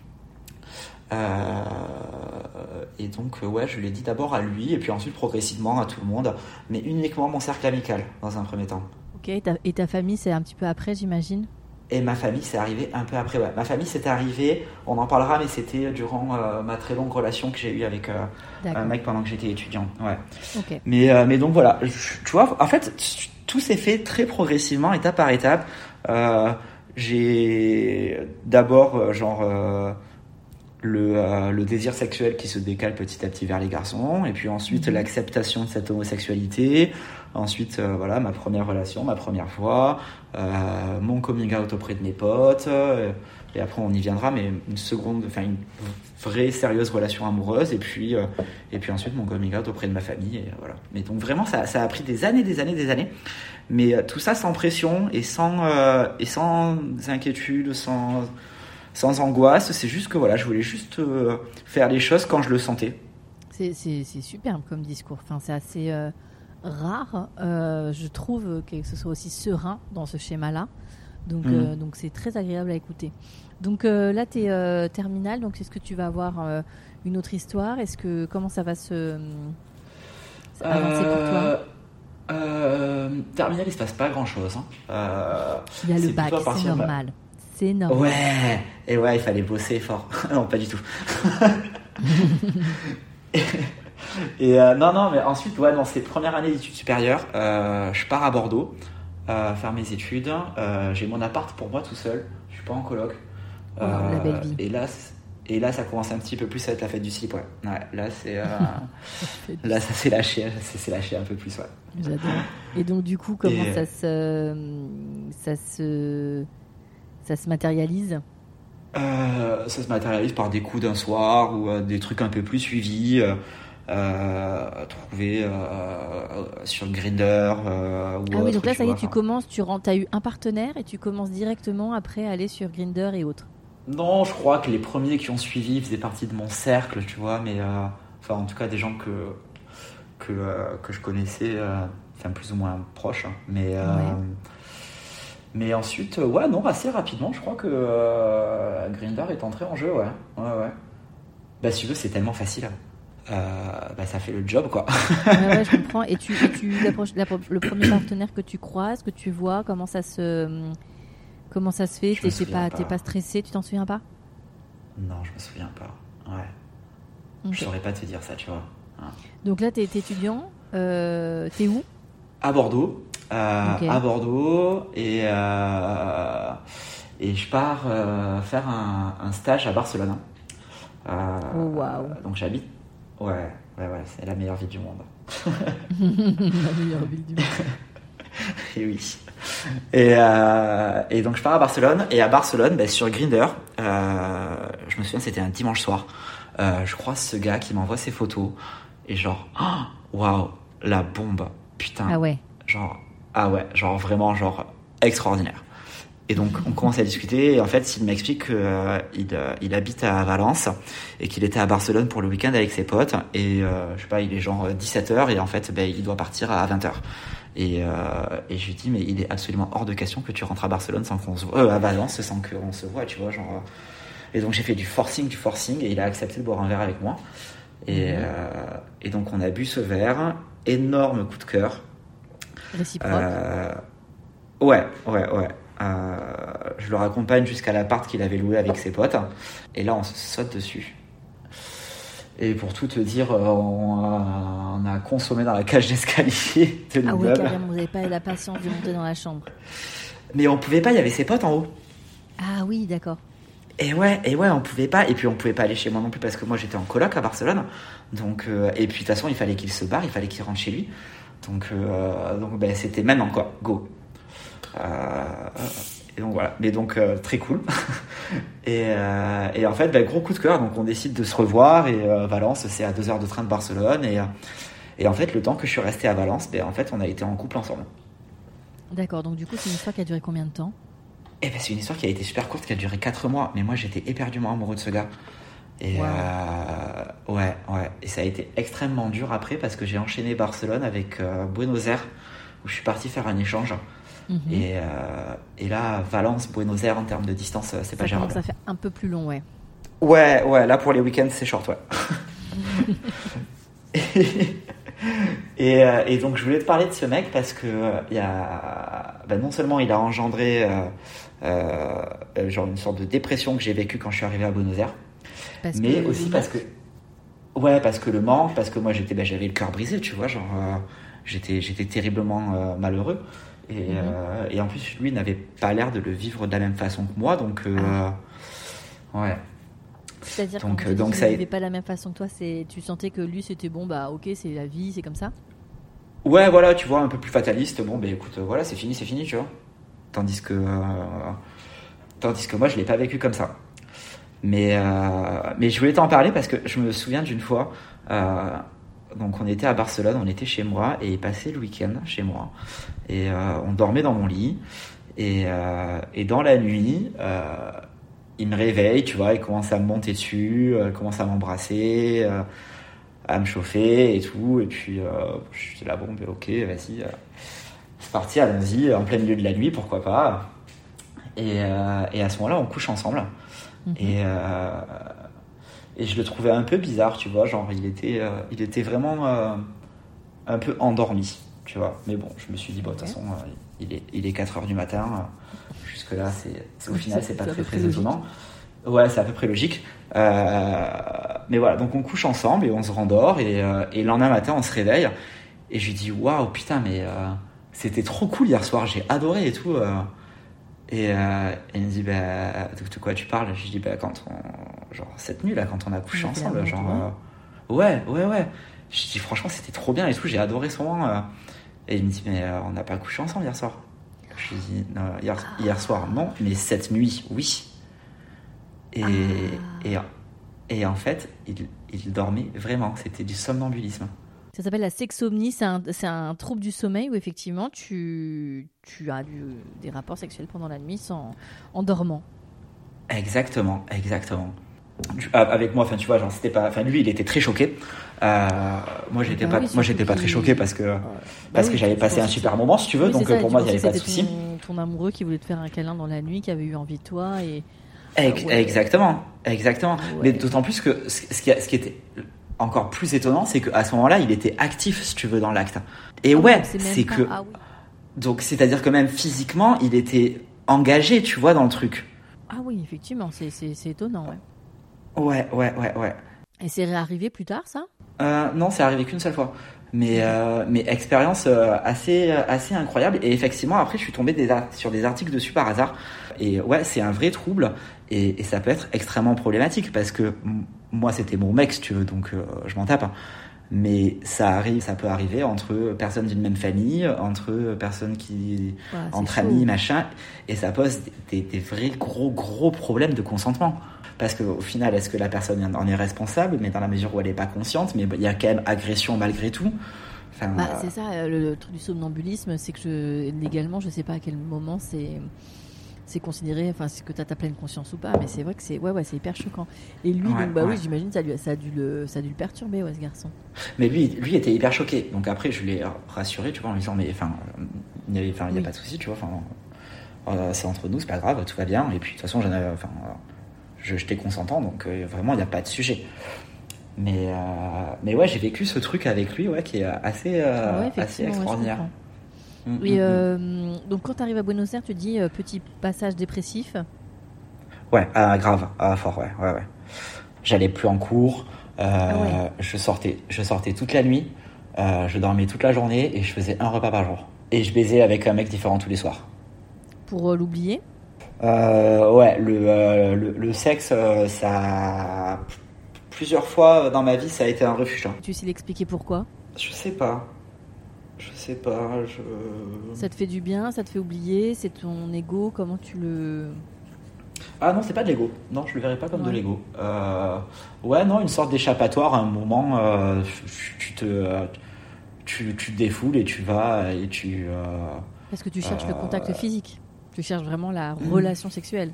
Euh, et donc, ouais, je l'ai dit d'abord à lui, et puis ensuite progressivement à tout le monde, mais uniquement mon cercle amical dans un premier temps. Ok, et ta, et ta famille, c'est un petit peu après, j'imagine ? Et ma famille, c'est arrivé un peu après, ouais. Ma famille, c'était arrivé, on en parlera, mais c'était durant euh, ma très longue relation que j'ai eue avec euh, un mec pendant que j'étais étudiant. Ouais. Okay. Mais, euh, mais donc voilà, tu vois, en fait, tout s'est fait très progressivement, étape par étape. Euh, j'ai d'abord, euh, genre, euh, le, euh, le désir sexuel qui se décale petit à petit vers les garçons, et puis ensuite mmh. l'acceptation de cette homosexualité. Ensuite, euh, voilà, ma première relation, ma première fois, euh, mon coming out auprès de mes potes, euh, et après on y viendra, mais une seconde, enfin une vraie sérieuse relation amoureuse, et puis euh, et puis ensuite mon coming out auprès de ma famille, et voilà. Mais donc vraiment, ça, ça a pris des années, des années, des années, mais euh, tout ça sans pression et sans euh, et sans inquiétude, sans sans angoisse. C'est juste que voilà, je voulais juste euh, faire les choses quand je le sentais. C'est c'est, c'est superbe comme discours. Enfin, c'est assez euh... rare, euh, je trouve que ce soit aussi serein dans ce schéma-là. Donc, mmh. euh, donc c'est très agréable à écouter. Donc euh, là, tu es euh, terminale, donc est-ce que tu vas avoir euh, une autre histoire ? Est-ce que, comment ça va se euh, avancer pour toi ? euh, Terminale, il ne se passe pas grand-chose. Hein. Euh, il y a le bac, c'est normal. Ma... C'est normal. Ouais, et ouais, il fallait bosser fort. Non, pas du tout. Et euh, non, non, mais ensuite, ouais, dans ces premières années d'études supérieures, euh, je pars à Bordeaux euh, faire mes études. Euh, j'ai mon appart pour moi tout seul. Je suis pas en coloc. Euh, oh, la belle vie. Et là, et là, ça commence un petit peu plus à être la fête du slip, ouais. Ouais, là, c'est, euh, là, ça s'est lâché, ça s'est lâché un peu plus, ouais. J'adore. Et donc, du coup, comment et... ça se, ça se, ça se matérialise ? Euh, ça se matérialise par des coups d'un soir ou euh, des trucs un peu plus suivis. Euh, Euh, trouver euh, sur Grindr euh, ou ah oui, autre, donc là ça y est, tu enfin... commences, tu rentres, t'as eu un partenaire et tu commences directement après à aller sur Grindr et autres. Non, je crois que les premiers qui ont suivi faisaient partie de mon cercle, tu vois, mais euh, enfin en tout cas des gens que que euh, que je connaissais, euh, enfin plus ou moins proches, hein, mais euh, ouais. mais ensuite ouais non assez rapidement, je crois que euh, Grindr est entré en jeu, ouais ouais ouais. Bah si tu veux, c'est tellement facile. Euh, bah ça fait le job quoi. Ouais, ouais, je comprends. Et tu, et tu la, la, le premier partenaire que tu croises, que tu vois, comment ça se, comment ça se fait ? T'es, t'es pas, pas. t'es pas stressé, tu t'en souviens pas ? Non, je me souviens pas. Ouais. Okay. Je saurais pas te dire ça, tu vois. Hein. Donc là, t'es, t'es étudiant. Euh, t'es où ? À Bordeaux. Euh, okay. À Bordeaux et euh, et je pars euh, faire un, un stage à Barcelone. Euh, oh, wow. Donc j'habite. Ouais, ouais, ouais, c'est la meilleure vie du monde. La meilleure vie du monde. Et oui. Et, euh, et donc je pars à Barcelone. Et à Barcelone, bah, sur Grindr, euh, je me souviens, c'était un dimanche soir. Euh, je croise ce gars qui m'envoie ses photos. Et genre, waouh, wow, la bombe. Putain. Ah ouais. Genre, ah ouais, genre vraiment, genre extraordinaire. Et donc, on commence à discuter. Et en fait, il m'explique qu'il euh, euh, il habite à Valence et qu'il était à Barcelone pour le week-end avec ses potes. Et euh, je sais pas, il est genre dix-sept heures et en fait, ben, il doit partir à vingt heures. Et, euh, et je lui dis, mais il est absolument hors de question que tu rentres à Barcelone sans qu'on se voit, euh, à Valence sans qu'on se voit, tu vois, genre. Et donc, j'ai fait du forcing, du forcing et il a accepté de boire un verre avec moi. Et, mmh. euh, et donc, on a bu ce verre. Énorme coup de cœur. Réciproque. Euh, ouais, ouais, ouais. Euh, je le raccompagne jusqu'à l'appart qu'il avait loué avec ses potes et là on se saute dessus et pour tout te dire on a, on a consommé dans la cage d'escalier de ah oui carrément, vous n'avez pas eu la patience de monter dans la chambre mais on pouvait pas, il y avait ses potes en haut. Ah oui d'accord. Et ouais, et ouais on pouvait pas et puis on pouvait pas aller chez moi non plus parce que moi j'étais en coloc à Barcelone donc, euh, et puis de toute façon il fallait qu'il se barre, il fallait qu'il rentre chez lui donc, euh, donc ben, c'était maintenant quoi, go. Euh, et donc voilà, mais donc euh, très cool. et, euh, et en fait, bah, gros coup de cœur, donc on décide de se revoir. Et euh, Valence, c'est à deux heures de train de Barcelone. Et, et en fait, le temps que je suis resté à Valence, bah, en fait, on a été en couple ensemble. D'accord, donc du coup, c'est une histoire qui a duré combien de temps ? Eh ben, c'est une histoire qui a été super courte, qui a duré quatre mois. Mais moi, j'étais éperdument amoureux de ce gars. Et wow. euh, ouais, ouais. Et ça a été extrêmement dur après parce que j'ai enchaîné Barcelone avec euh, Buenos Aires, où je suis parti faire un échange. Mm-hmm. Et, euh, et là, Valence, Buenos Aires, en termes de distance, c'est ça pas gérable. Ça fait un peu plus long, ouais. Ouais, ouais. Là, pour les week-ends, c'est short, ouais. et, euh, et donc, je voulais te parler de ce mec parce que euh, il y a, bah, non seulement il a engendré euh, euh, genre une sorte de dépression que j'ai vécue quand je suis arrivé à Buenos Aires. Parce mais que aussi parce que ouais parce que le manque, parce que moi j'étais bah, j'avais le cœur brisé, tu vois, genre euh, j'étais j'étais terriblement euh, malheureux et, mm-hmm. euh, et en plus lui n'avait pas l'air de le vivre de la même façon que moi, donc euh, ah. ouais. C'est-à-dire donc quand tu donc ça vivait pas de la même façon que toi, c'est tu sentais que lui c'était bon, bah ok, c'est la vie, c'est comme ça. Ouais, voilà, tu vois, un peu plus fataliste. Bon, bah écoute, voilà, c'est fini, c'est fini, tu vois. Tandis que euh, tandis que moi je l'ai pas vécu comme ça. Mais, euh, mais je voulais t'en parler parce que je me souviens d'une fois, euh, donc on était à Barcelone, on était chez moi et il passait le week-end chez moi. Et euh, on dormait dans mon lit. Et, euh, et dans la nuit, euh, il me réveille, tu vois, il commence à me monter dessus, euh, il commence à m'embrasser, euh, à me chauffer et tout. Et puis euh, je suis là, bon, ben ok, vas-y, euh, c'est parti, allons-y, en plein milieu de la nuit, pourquoi pas. Et, euh, et à ce moment-là, on couche ensemble. Mmh. Et, euh, et je le trouvais un peu bizarre, tu vois, genre il était, euh, il était vraiment euh, un peu endormi, tu vois. Mais bon, je me suis dit, bon, de toute okay. façon, euh, il est, il est quatre heures du matin, euh, jusque-là, c'est, c'est, au final, c'est pas très, très étonnant. Ouais, c'est à peu près logique. Euh, mais voilà, donc on couche ensemble et on se rendort, et, euh, et le lendemain matin, on se réveille, et je lui dis, waouh, putain, mais euh, c'était trop cool hier soir, j'ai adoré et tout. Euh, Et, euh, et il me dit, bah, de quoi tu parles ? Je dis, bah, quand on, genre, cette nuit, là, quand on a couché ensemble, genre, euh, ouais, ouais, ouais. Je dis, franchement, c'était trop bien et tout, j'ai adoré ce moment. Euh. Et il me dit, mais euh, on n'a pas couché ensemble hier soir. Je lui dis, non, hier, hier soir, non, mais cette nuit, oui. Et, ah. et, et en fait, il, il dormait vraiment, c'était du somnambulisme. Ça s'appelle la sexomnie, c'est un, c'est un trouble du sommeil où effectivement tu, tu as du, des rapports sexuels pendant la nuit sans, en dormant. Exactement, exactement. Avec moi, enfin tu vois, genre c'était pas, enfin lui il était très choqué. Euh, moi j'étais bah pas, oui, moi j'étais pas très choqué parce que ouais. parce bah que oui, j'avais passé un super moment, si tu veux, oui, donc ça, pour moi il y avait pas de souci. Ton, ton amoureux qui voulait te faire un câlin dans la nuit, qui avait eu envie de toi et. Ex- ouais. Exactement, exactement. Ouais. Mais d'autant plus que ce qui, ce qui était encore plus étonnant, c'est qu'à ce moment-là, il était actif, si tu veux, dans l'acte. Et ah ouais, c'est, c'est que... Ah oui. Donc, c'est-à-dire que même physiquement, il était engagé, tu vois, dans le truc. Ah oui, effectivement, c'est, c'est, c'est étonnant, ouais. Ouais, ouais, ouais, ouais. Et c'est réarrivé plus tard, ça ? euh, Non, c'est arrivé qu'une seule fois. Mais, euh, mais expérience euh, assez, assez incroyable. Et effectivement, après, je suis tombé des, sur des articles dessus par hasard. Et ouais, c'est un vrai trouble. Et, et ça peut être extrêmement problématique parce que m- moi, c'était mon mec, si tu veux, donc euh, je m'en tape. Mais ça arrive, ça peut arriver entre personnes d'une même famille, entre personnes qui, ouais, entre amis, chaud. Machin. Et ça pose des, des vrais gros, gros problèmes de consentement. Parce qu'au final, est-ce que la personne en est responsable ? Mais dans la mesure où elle n'est pas consciente, mais il y a quand même agression malgré tout. Enfin, bah, euh... c'est ça, le, le truc du somnambulisme, c'est que je, légalement, je ne sais pas à quel moment c'est, c'est considéré, enfin, c'est que tu as ta pleine conscience ou pas, mais c'est vrai que c'est, ouais, ouais, c'est hyper choquant. Et lui, ouais, donc, bah ouais. oui, j'imagine ça, lui, ça, a dû le, ça a dû le perturber, ouais, ce garçon. Mais lui, lui était hyper choqué. Donc après, je l'ai rassuré, tu vois, en lui disant, mais enfin, il n'y a, oui. a pas de souci, tu vois, enfin, euh, c'est entre nous, c'est pas grave, tout va bien. Et puis, de toute façon, j'en avais, enfin, je, j'étais consentant, donc euh, vraiment, il n'y a pas de sujet. Mais, euh, mais ouais, j'ai vécu ce truc avec lui, ouais, qui est assez, euh, ouais, assez extraordinaire. Ouais, mmh, Et mmh, euh, mmh. Donc, quand tu arrives à Buenos Aires, tu dis euh, petit passage dépressif. Ouais, ah, grave, ah, fort, ouais, ouais, ouais. J'allais plus en cours, euh, ah ouais. je sortais, je sortais toute la nuit, euh, je dormais toute la journée et je faisais un repas par jour. Et je baisais avec un mec différent tous les soirs. Pour euh, l'oublier. Euh, ouais, le, euh, le, le sexe, euh, ça, plusieurs fois dans ma vie, ça a été un refuge. Hein. Tu sais l'expliquer pourquoi ? Je sais pas. Je sais pas, je... Ça te fait du bien, ça te fait oublier, c'est ton ego, comment tu le... Ah non, c'est pas de l'ego. Non, je le verrais pas comme ouais. de l'ego. Euh, ouais, non, une sorte d'échappatoire à un moment. Euh, tu te, euh, tu, tu te défoules et tu vas et tu. Euh, Parce que tu cherches euh, le contact physique. Tu cherches vraiment la hmm. relation sexuelle.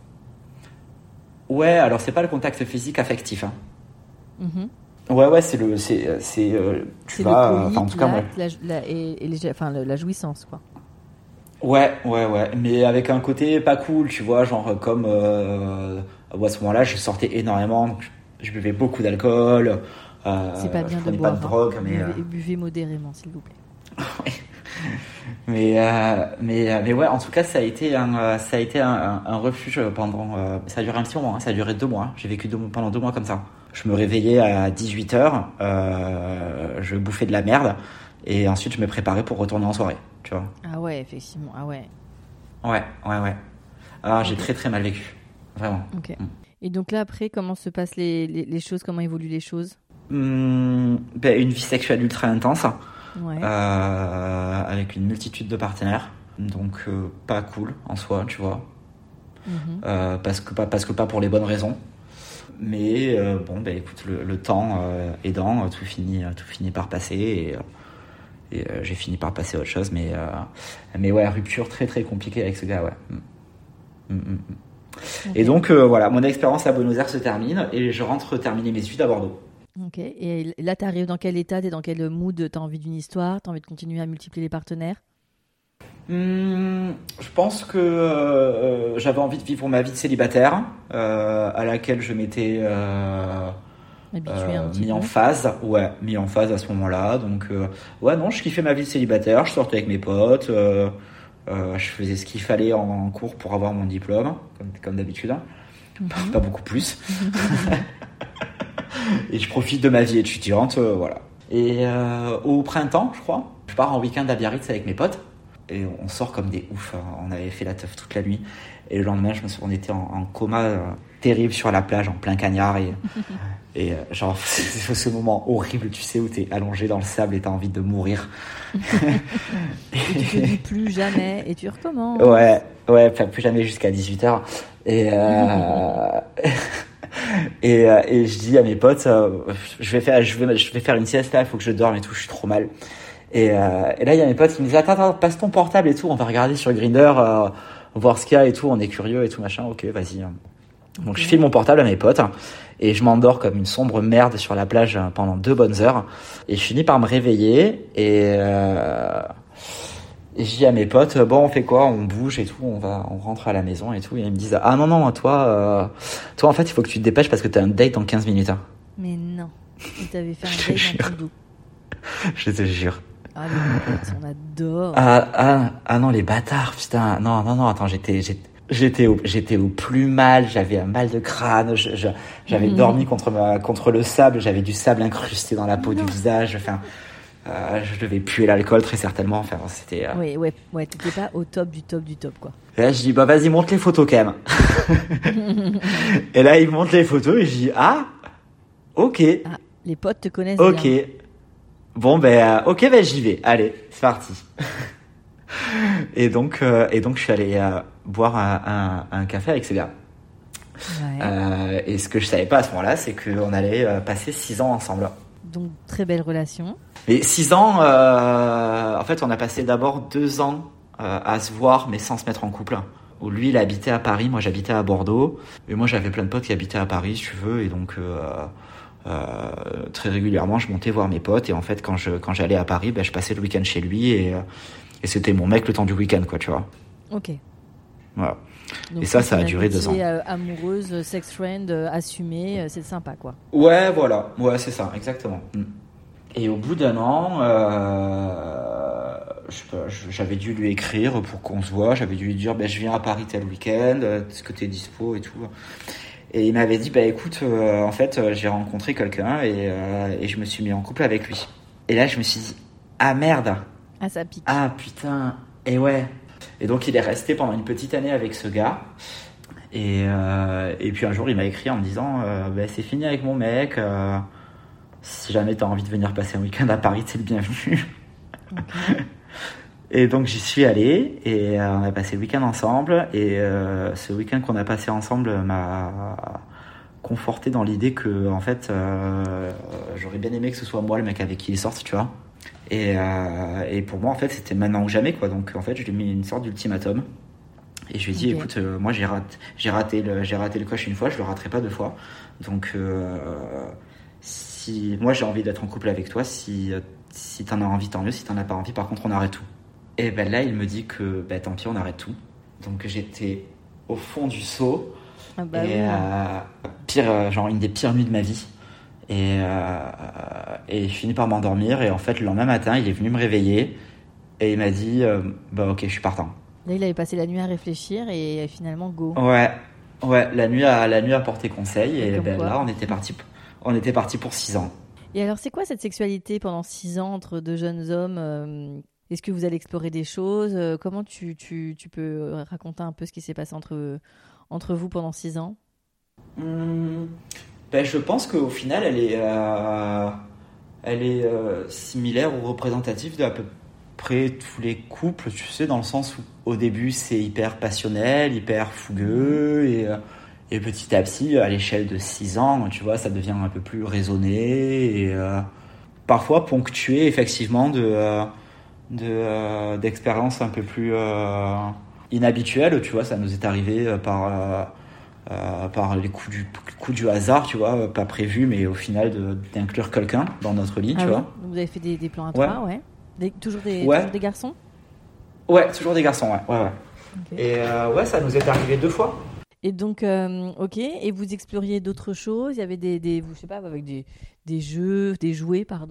Ouais, alors c'est pas le contact physique affectif. Hein. Mm-hmm. Ouais, ouais, c'est le, c'est, c'est, euh, tu c'est vas. le coït, en tout cas, moi. La, la, et, et les, enfin, la jouissance, quoi. Ouais, ouais, ouais, mais avec un côté pas cool, tu vois, genre comme euh, à ce moment-là, je sortais énormément, donc je buvais beaucoup d'alcool. Euh, c'est pas bien je prenais de boire. Pas de drogue, hein. mais buvez, euh... buvez modérément, s'il vous plaît. mais, euh, mais, mais ouais, en tout cas, ça a été un, ça a été un, un, un refuge pendant. Euh, ça a duré un petit moment, hein, ça a duré deux mois. Hein. J'ai vécu deux, pendant deux mois comme ça. Je me réveillais à dix-huit heures, euh, je bouffais de la merde. Et ensuite, je me préparais pour retourner en soirée, tu vois. Ah ouais, effectivement, ah ouais. Ouais, ouais, ouais. Alors, okay. J'ai très, très mal vécu. Vraiment. Ok. Mm. Et donc là, après, comment se passent les, les, les choses? Comment évoluent les choses? mmh, ben, Une vie sexuelle ultra intense. Ouais. Euh, avec une multitude de partenaires. Donc, euh, pas cool en soi, tu vois. Mm-hmm. Euh, parce, que, pas, parce que pas pour les bonnes raisons. Mais euh, bon, ben, écoute, le, le temps euh, aidant, tout finit, tout finit par passer. Et... Euh, Et euh, j'ai fini par passer à autre chose, mais, euh, mais ouais, rupture très très compliquée avec ce gars, ouais. Mm. Mm, mm. Okay. Et donc, euh, voilà, mon expérience à Buenos Aires se termine et je rentre terminer mes études à Bordeaux. Ok, et là, tu arrives dans quel état? T'es dans quel mood? T'as envie d'une histoire? T'as envie de continuer à multiplier les partenaires? Hum, je pense que euh, j'avais envie de vivre ma vie de célibataire, euh, à laquelle je m'étais... Euh, Euh, mis en phase, ouais, mis en phase à ce moment-là. Donc, euh, ouais, non, je kiffais ma vie de célibataire. Je sortais avec mes potes, euh, euh, je faisais ce qu'il fallait en, en cours pour avoir mon diplôme, comme, comme d'habitude. Mm-hmm. Pas, pas beaucoup plus. Et je profite de ma vie étudiante, euh, voilà. Et euh, au printemps, je crois, je pars en week-end à Biarritz avec mes potes. Et on sort comme des oufs. On avait fait la teuf toute la nuit. Et le lendemain, je me suis, on était en, en coma euh, terrible sur la plage, en plein cagnard. Et, et euh, genre, c'est ce moment horrible, tu sais, où t'es allongé dans le sable et t'as envie de mourir. Et tu te dis plus jamais et tu recommences. Ouais, ouais, plus jamais jusqu'à dix-huit heures. Et, euh, et, euh, et je dis à mes potes, euh, je, vais faire, je, vais, je vais faire une sieste là, il faut que je dorme et tout, je suis trop mal. Et, euh, et là, il y a mes potes qui me disent, attends, attends, passe ton portable et tout, on va regarder sur Grindr, euh, voir ce qu'il y a et tout, on est curieux et tout, machin, ok, vas-y. Donc, okay. Je file mon portable à mes potes et je m'endors comme une sombre merde sur la plage pendant deux bonnes heures. Et je finis par me réveiller et, euh, et je dis à mes potes, bon, on fait quoi? On bouge et tout, on va, on rentre à la maison et tout. Et ils me disent, ah non, non, toi, euh, toi, en fait, il faut que tu te dépêches parce que t'as un date dans quinze minutes. Mais non, ils t'avaient fait un date dans ton dos. Je te jure. Ah, les potes, on adore. Ah, ah, ah non, les bâtards, putain. Non, non, non, attends, j'étais, j'étais, j'étais, au, j'étais au plus mal, j'avais un mal de crâne, je, je, j'avais mmh. dormi contre, ma, contre le sable, j'avais du sable incrusté dans la peau non. du visage, enfin, euh, je devais puer l'alcool très certainement, enfin, c'était... Euh... Oui, ouais, ouais, t'étais pas au top du top du top, quoi. Et là, je dis, bah vas-y, montre les photos quand même. Et là, il montre les photos et je dis, ah, ok. Ah, les potes te connaissent ok. bien. Bon, ben, euh, ok, ben, j'y vais. Allez, c'est parti. et donc, euh, et donc, je suis allé euh, boire un, un, un café avec ces gars. Ouais. Euh, et ce que je savais pas à ce moment-là, c'est qu'on allait euh, passer six ans ensemble. Donc, très belle relation. Et six ans, euh, en fait, on a passé d'abord deux ans euh, à se voir, mais sans se mettre en couple. Où lui, il habitait à Paris, moi, j'habitais à Bordeaux. Et moi, j'avais plein de potes qui habitaient à Paris, si tu veux. Et donc... Euh, Euh, très régulièrement je montais voir mes potes et en fait quand je quand j'allais à Paris ben, je passais le week-end chez lui et, et c'était mon mec le temps du week-end quoi tu vois. Ok. Voilà. Donc, et ça ça a duré deux ans. Euh, amoureuse, sex friend, euh, assumée, euh, c'est sympa quoi. Ouais voilà ouais c'est ça exactement. Et au bout d'un an euh, je, j'avais dû lui écrire pour qu'on se voit, j'avais dû lui dire ben je viens à Paris tel week-end, est-ce que t'es dispo et tout. Et il m'avait dit, bah écoute, euh, en fait, euh, j'ai rencontré quelqu'un et, euh, et je me suis mis en couple avec lui. Et là, je me suis dit, ah merde. Ah, ça pique. Ah putain, et ouais. Et donc, il est resté pendant une petite année avec ce gars. Et, euh, et puis un jour, il m'a écrit en me disant, euh, bah, c'est fini avec mon mec. Euh, si jamais t'as envie de venir passer un week-end à Paris, t'es le bienvenu. Okay. Et donc j'y suis allé et euh, on a passé le week-end ensemble. Et euh, ce week-end qu'on a passé ensemble m'a conforté dans l'idée que en fait euh, j'aurais bien aimé que ce soit moi le mec avec qui il sorte, tu vois. Et, euh, et pour moi en fait c'était maintenant ou jamais, quoi. Donc en fait je lui ai mis une sorte d'ultimatum. Et je lui ai dit, okay. écoute, euh, moi j'ai raté, j'ai, raté le, j'ai raté le coche une fois, je le raterai pas deux fois. Donc, euh, si moi j'ai envie d'être en couple avec toi, si, si t'en as envie, tant mieux. Si t'en as pas envie, par contre, on arrête tout. Et ben là, il me dit que ben, tant pis, on arrête tout. Donc j'étais au fond du seau. Ah bah et oui. euh, pire, genre une des pires nuits de ma vie. Et, euh, et je finis par m'endormir. Et en fait, le lendemain matin, il est venu me réveiller. Et il m'a dit, euh, bah ok, je suis partant. Là, il avait passé la nuit à réfléchir et finalement, go. Ouais, ouais, la nuit a, la nuit a porté conseil et, et ben quoi. là, on était parti, on était parti pour six ans. Et alors, c'est quoi cette sexualité pendant six ans entre deux jeunes hommes euh, Est-ce que vous allez explorer des choses euh, Comment tu, tu, tu peux raconter un peu ce qui s'est passé entre, entre vous pendant six ans Hum, ben, je pense qu'au final, elle est, euh, elle est euh, similaire ou représentative de à peu près tous les couples, tu sais, dans le sens où au début c'est hyper passionnel, hyper fougueux et, et petit à petit à l'échelle de six ans, tu vois, ça devient un peu plus raisonné et euh, parfois ponctué effectivement de, euh, de, euh, d'expériences un peu plus euh, inhabituelles, tu vois, ça nous est arrivé par, euh, euh, par les coups du, coups du hasard, tu vois, pas prévu, mais au final de, d'inclure quelqu'un dans notre lit, ah tu oui. vois. Vous avez fait des, des plans à trois, ouais. ouais. Des, toujours, des, ouais. toujours des garçons ? Ouais, toujours des garçons, ouais. ouais, ouais. Okay. Et euh, ouais, ça nous est arrivé deux fois. Et donc, euh, ok, et vous exploriez d'autres choses ? Il y avait des, des je sais pas, avec des, des jeux, des jouets, pardon ?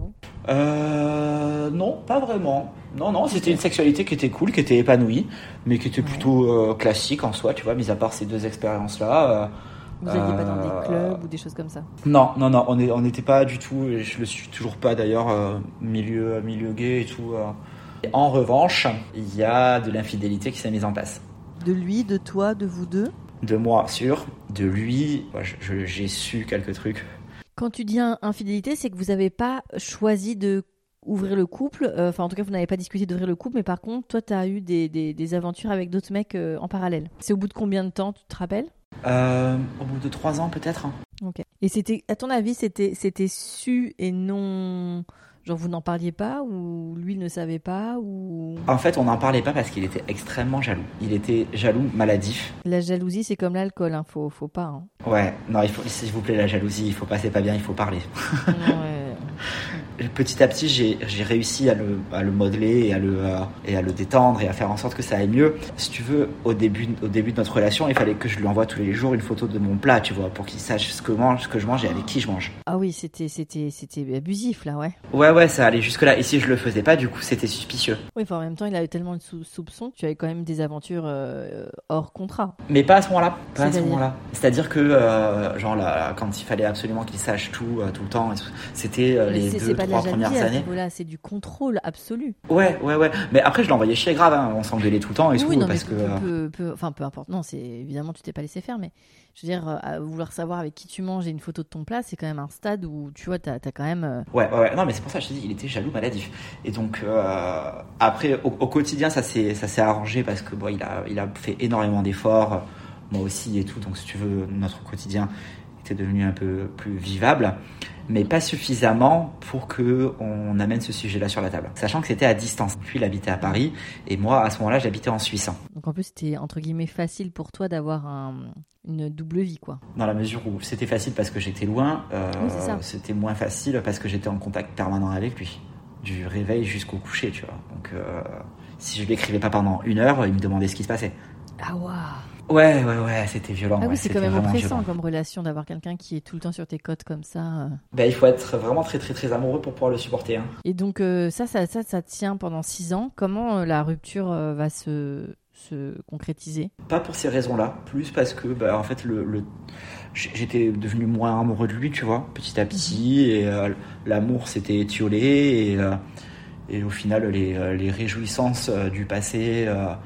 Euh, non, pas vraiment. Non, non, c'était une sexualité qui était cool, qui était épanouie, mais qui était ouais. plutôt euh, classique en soi, tu vois, mis à part ces deux expériences-là. Euh, Vous n'alliez euh, pas dans des clubs ou des choses comme ça ? Non, non, non, on n'était pas du tout, et je le suis toujours pas d'ailleurs, euh, milieu, milieu gay et tout. Euh. Et en revanche, il y a de l'infidélité qui s'est mise en place. De lui, de toi, de vous deux ? De moi, sûr. De lui, je, je, j'ai su quelques trucs. Quand tu dis infidélité, c'est que vous n'avez pas choisi de ouvrir le couple. Enfin, euh, en tout cas, vous n'avez pas discuté d'ouvrir le couple. Mais par contre, toi, tu as eu des, des, des aventures avec d'autres mecs euh, en parallèle. C'est au bout de combien de temps, tu te rappelles ? euh, Au bout de trois ans, peut-être. Ok. Et c'était, à ton avis, c'était, c'était su et non... Genre, vous n'en parliez pas ou lui ne savait pas ou... En fait, on n'en parlait pas parce qu'il était extrêmement jaloux. Il était jaloux maladif. La jalousie, c'est comme l'alcool, hein. faut, faut pas. Hein. Ouais, non, il faut, s'il vous plaît, la jalousie, il faut pas, c'est pas bien, il faut parler. Ouais. Petit à petit, j'ai, j'ai réussi à le, à le modeler et à le, euh, et à le détendre et à faire en sorte que ça aille mieux. Si tu veux, au début, au début de notre relation, il fallait que je lui envoie tous les jours une photo de mon plat, tu vois, pour qu'il sache ce que, mange, ce que je mange et avec qui je mange. Ah oui, c'était, c'était, c'était abusif, là, ouais. Ouais, ouais, ça allait jusque-là. Et si je le faisais pas, du coup, c'était suspicieux. Oui, enfin, en même temps, il avait tellement de sou- soupçons que tu avais quand même des aventures euh, hors contrat. Mais pas à ce moment-là. Pas C'est-à-dire à ce moment-là. C'est-à-dire que, euh, genre, là, quand il fallait absolument qu'il sache tout, euh, tout le temps, c'était euh, les c'est, deux, c'est pas trois de la premières jalousie, années. Voilà, c'est du contrôle absolu. Ouais, ouais, ouais. Mais après, je l'envoyais chier grave, hein. On s'engueulait tout le temps et oui, tout. non, parce mais que, peu, peu, peu, enfin, peu importe. Non, c'est évidemment, tu t'es pas laissé faire, mais je veux dire, à vouloir savoir avec qui tu manges et une photo de ton plat, c'est quand même un stade où, tu vois, t'as, t'as quand même. Euh... Ouais, ouais, ouais. Non, mais c'est pour ça que je te dis, il était jaloux maladif. Et donc, euh, après, au, au quotidien, ça s'est, ça s'est arrangé parce que, bon, il a, il a fait énormément d'efforts, moi aussi et tout. Donc, si tu veux, notre quotidien était devenu un peu plus vivable, mais pas suffisamment pour que on amène ce sujet-là sur la table. Sachant que c'était à distance. Lui, il habitait à Paris et moi, à ce moment-là, j'habitais en Suisse. Donc en plus, c'était entre guillemets facile pour toi d'avoir un, une double vie, quoi. Dans la mesure où c'était facile parce que j'étais loin, euh, oui, c'est ça. C'était moins facile parce que j'étais en contact permanent avec lui, du réveil jusqu'au coucher, tu vois. Donc euh, si je l'écrivais pas pendant une heure, il me demandait ce qui se passait. Ah waouh. Ouais, ouais, ouais, c'était violent. Ah oui, ouais, c'est c'était quand même oppressant violent. comme relation d'avoir quelqu'un qui est tout le temps sur tes côtes comme ça. Ben, il faut être vraiment très, très, très amoureux pour pouvoir le supporter. Hein. Et donc, euh, ça, ça, ça, ça tient pendant six ans. Comment euh, la rupture euh, va se, se concrétiser ? Pas pour ces raisons-là, plus parce que, bah, en fait, le, le... j'étais devenu moins amoureux de lui, tu vois, petit à petit, et euh, l'amour s'était étiolé, et, euh, et au final, les, les réjouissances du passé... Euh,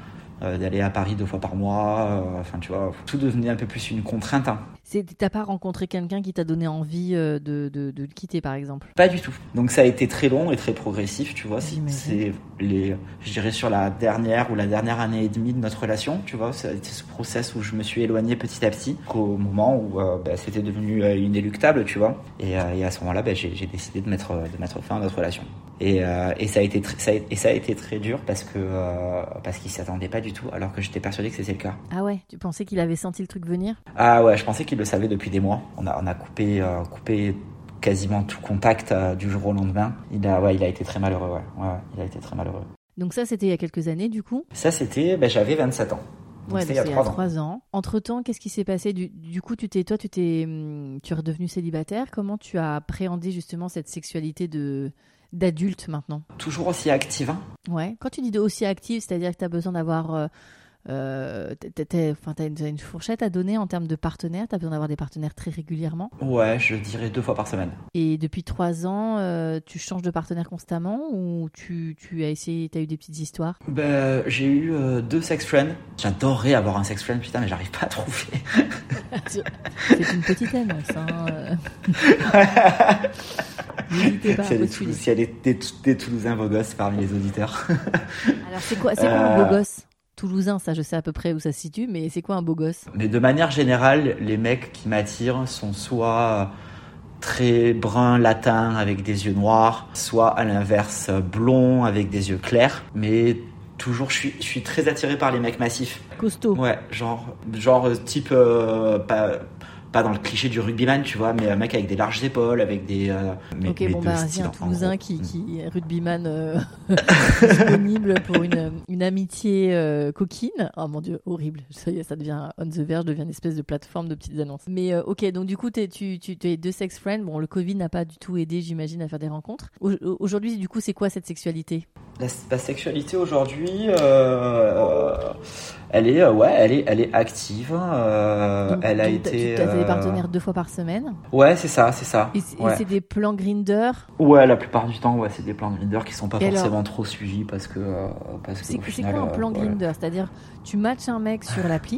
euh, d'aller à Paris deux fois par mois. Euh, enfin, tu vois, tout devenait un peu plus une contrainte. Hein. C'est, t'as pas rencontré quelqu'un qui t'a donné envie euh, de, de, de le quitter, par exemple? Pas du tout. Donc ça a été très long et très progressif, tu vois. C'est, J'imagine. c'est les, je dirais sur la dernière ou la dernière année et demie de notre relation, tu vois. Ça a été ce process où je me suis éloigné petit à petit, qu'au moment où euh, bah, c'était devenu euh, inéluctable, tu vois. Et, euh, et à ce moment-là, bah, j'ai, j'ai décidé de mettre, de mettre fin à notre relation. Et, euh, et ça a été tr- ça a, et ça a été très dur parce que euh, parce qu'il s'y attendait pas du tout, alors que j'étais persuadé que c'était le cas. Ah ouais, tu pensais qu'il avait senti le truc venir? Ah ouais, je pensais qu'il le savait depuis des mois. On a on a coupé euh, coupé quasiment tout contact euh, du jour au lendemain. Il a ouais, il a été très malheureux. Ouais, ouais, ouais il a été très malheureux. Donc ça, c'était il y a quelques années, du coup? Ça, c'était, ben, j'avais vingt-sept ans. Donc Ouais, c'était donc il y c'est a il y a trois ans. trois ans. Entre-temps, qu'est-ce qui s'est passé? Du, du coup, tu t'es, toi, tu t'es, hum, tu es redevenu célibataire. Comment tu as appréhendé justement cette sexualité de, d'adulte maintenant? Toujours aussi active. Hein. Ouais. Quand tu dis de aussi active, c'est-à-dire que tu as besoin d'avoir... Euh, euh, t'as, t'as, enfin, t'as une, t'as une fourchette à donner en termes de partenaires. Tu as besoin d'avoir des partenaires très régulièrement. Ouais, je dirais deux fois par semaine. Et depuis trois ans, euh, tu changes de partenaire constamment ou tu, tu as essayé, tu as eu des petites histoires? Ben, j'ai eu euh, deux sex friends. J'adorerais avoir un sex friend, putain, mais j'arrive pas à trouver. C'est une petite annonce. Hein. euh. N'hésitez pas à S'il y a des, postuler. Toulouse- s'il y a des, des, des Toulousains beaux gosses parmi les auditeurs. Alors, c'est quoi, c'est quoi Euh, un beau gosse? Toulousain, ça, je sais à peu près où ça se situe, mais c'est quoi un beau gosse? Mais de manière générale, les mecs qui m'attirent sont soit très bruns latins avec des yeux noirs, soit à l'inverse blonds avec des yeux clairs. Mais toujours, je suis, je suis très attiré par les mecs massifs. Costaud. Ouais, genre, genre type, euh, pas, pas dans le cliché du rugbyman, tu vois, mais un mec avec des larges épaules, avec des... Euh, mais, Ok, mais bon, de bah, style, vas-y, un en Toulousain gros. qui, qui est rugbyman euh, disponible pour une, une amitié euh, coquine. Oh mon Dieu, horrible. Ça y est, ça devient On the Verge, devient une espèce de plateforme de petites annonces. Mais euh, ok, donc du coup, t'es, tu, tu es deux sex friends. Bon, le Covid n'a pas du tout aidé, j'imagine, à faire des rencontres. Au- Aujourd'hui, du coup, c'est quoi cette sexualité? La, la sexualité aujourd'hui, euh, elle est, euh, ouais, elle est, elle est active. Euh, Donc, elle a donc, t'as- été. Tu as des euh, partenaires deux fois par semaine. Ouais, c'est ça, c'est ça. Et, c'est- et Ouais. c'est des plans Grindr. Ouais, la plupart du temps, ouais, c'est des plans Grindr qui sont pas Et forcément alors trop suivis parce que, euh, parce que C'est au c'est final, quoi un euh, plan voilà. Grindr? C'est-à-dire, tu matches un mec sur l'appli.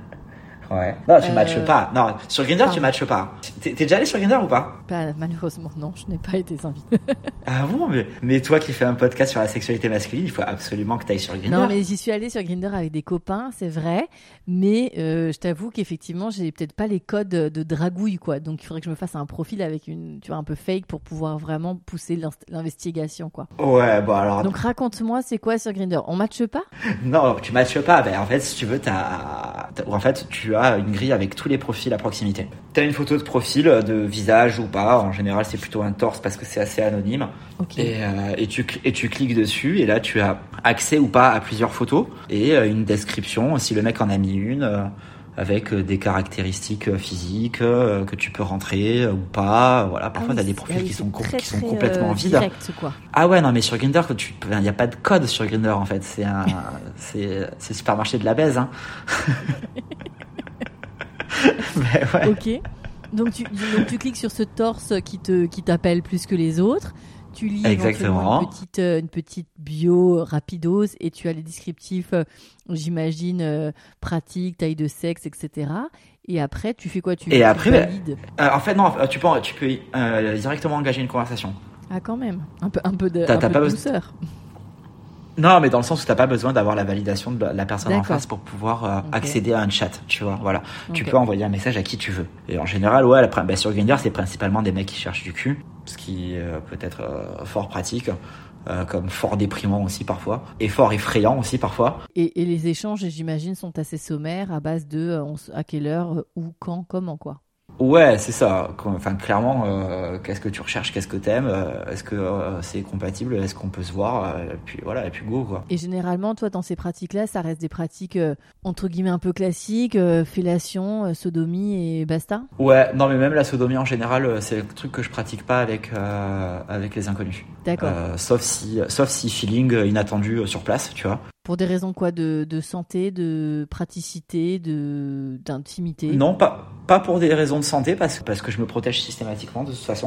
Ouais. Non, tu Euh, matches pas. Non, sur Grindr, pardon. tu matches pas. T'es, t'es déjà allé sur Grindr ou pas? Pas, malheureusement, non, je n'ai pas été invitée. Ah bon, mais, mais toi qui fais un podcast sur la sexualité masculine, il faut absolument que tu ailles sur Grindr. Non, mais j'y suis allée sur Grindr avec des copains, c'est vrai. Mais euh, je t'avoue qu'effectivement, j'ai peut-être pas les codes de dragouille, quoi. Donc, il faudrait que je me fasse un profil avec une, tu vois, un peu fake pour pouvoir vraiment pousser l'inst- l'investigation, quoi. Ouais, bon alors. Donc, raconte-moi, c'est quoi sur Grindr? On matche pas? Non, tu matches pas. Ben, en fait, si tu veux, t'as, t'as- en fait, tu as une grille avec tous les profils à proximité. T'as une photo de profil, de visage ou pas. En général, c'est plutôt un torse parce que c'est assez anonyme. Ok. Et, euh, et, tu, cl- et tu cliques dessus et là, tu as accès ou pas à plusieurs photos et euh, une description si le mec en a mis une. euh, avec euh, des caractéristiques euh, physiques euh, que tu peux rentrer euh, ou pas. Voilà, parfois Ah oui, t'as des c'est- profils ah oui, qui c'est sont com- très, qui sont très, complètement euh, vides. direct, quoi. Ah ouais, non, mais sur Grindr, tu, il n'y a pas de code sur Grindr en fait. C'est un, c'est, c'est le supermarché de la baise. Hein. Mais ouais. Ok. Donc tu, donc tu cliques sur ce torse qui te qui t'appelle plus que les autres. Tu lis éventuellement Exactement. une petite, euh, une petite bio rapidos et tu as les descriptifs, euh, j'imagine, euh, pratiques, taille de sexe, et cetera. Et après, tu fais quoi? Tu, Et tu après, valides. Euh, en fait, non, tu peux, tu peux euh, directement engager une conversation. Ah, quand même. Un peu, un peu de, T'as- un t'as peu pas de besoin- douceur. Non, mais dans le sens où t'as pas besoin d'avoir la validation de la personne en D'accord. face pour pouvoir euh, Ok. accéder à un chat, tu vois, voilà. Tu Ok. peux envoyer un message à qui tu veux. Et en général, ouais, la, bah, sur Grindr, c'est principalement des mecs qui cherchent du cul, ce qui euh, peut être euh, fort pratique, euh, comme fort déprimant aussi parfois, et fort effrayant aussi parfois. Et, et les échanges, j'imagine, sont assez sommaires à base de euh, on s- à quelle heure, euh, où, quand, comment, quoi. Ouais, c'est ça. Enfin, clairement, euh, qu'est-ce que tu recherches, qu'est-ce que t'aimes, euh, est-ce que euh, c'est compatible, est-ce qu'on peut se voir, euh, et puis voilà, et puis go, quoi. Et généralement, toi, dans ces pratiques-là, ça reste des pratiques euh, entre guillemets un peu classiques, euh, fellation, euh, sodomie et basta. Ouais, non, mais même la sodomie en général, euh, c'est le truc que je pratique pas avec euh, avec les inconnus. D'accord. Euh, sauf si, sauf si feeling euh, inattendu euh, sur place, tu vois. Pour des raisons quoi, de, de santé, de praticité, de d'intimité. Non, pas pas pour des raisons de santé, parce parce que je me protège systématiquement de toute façon.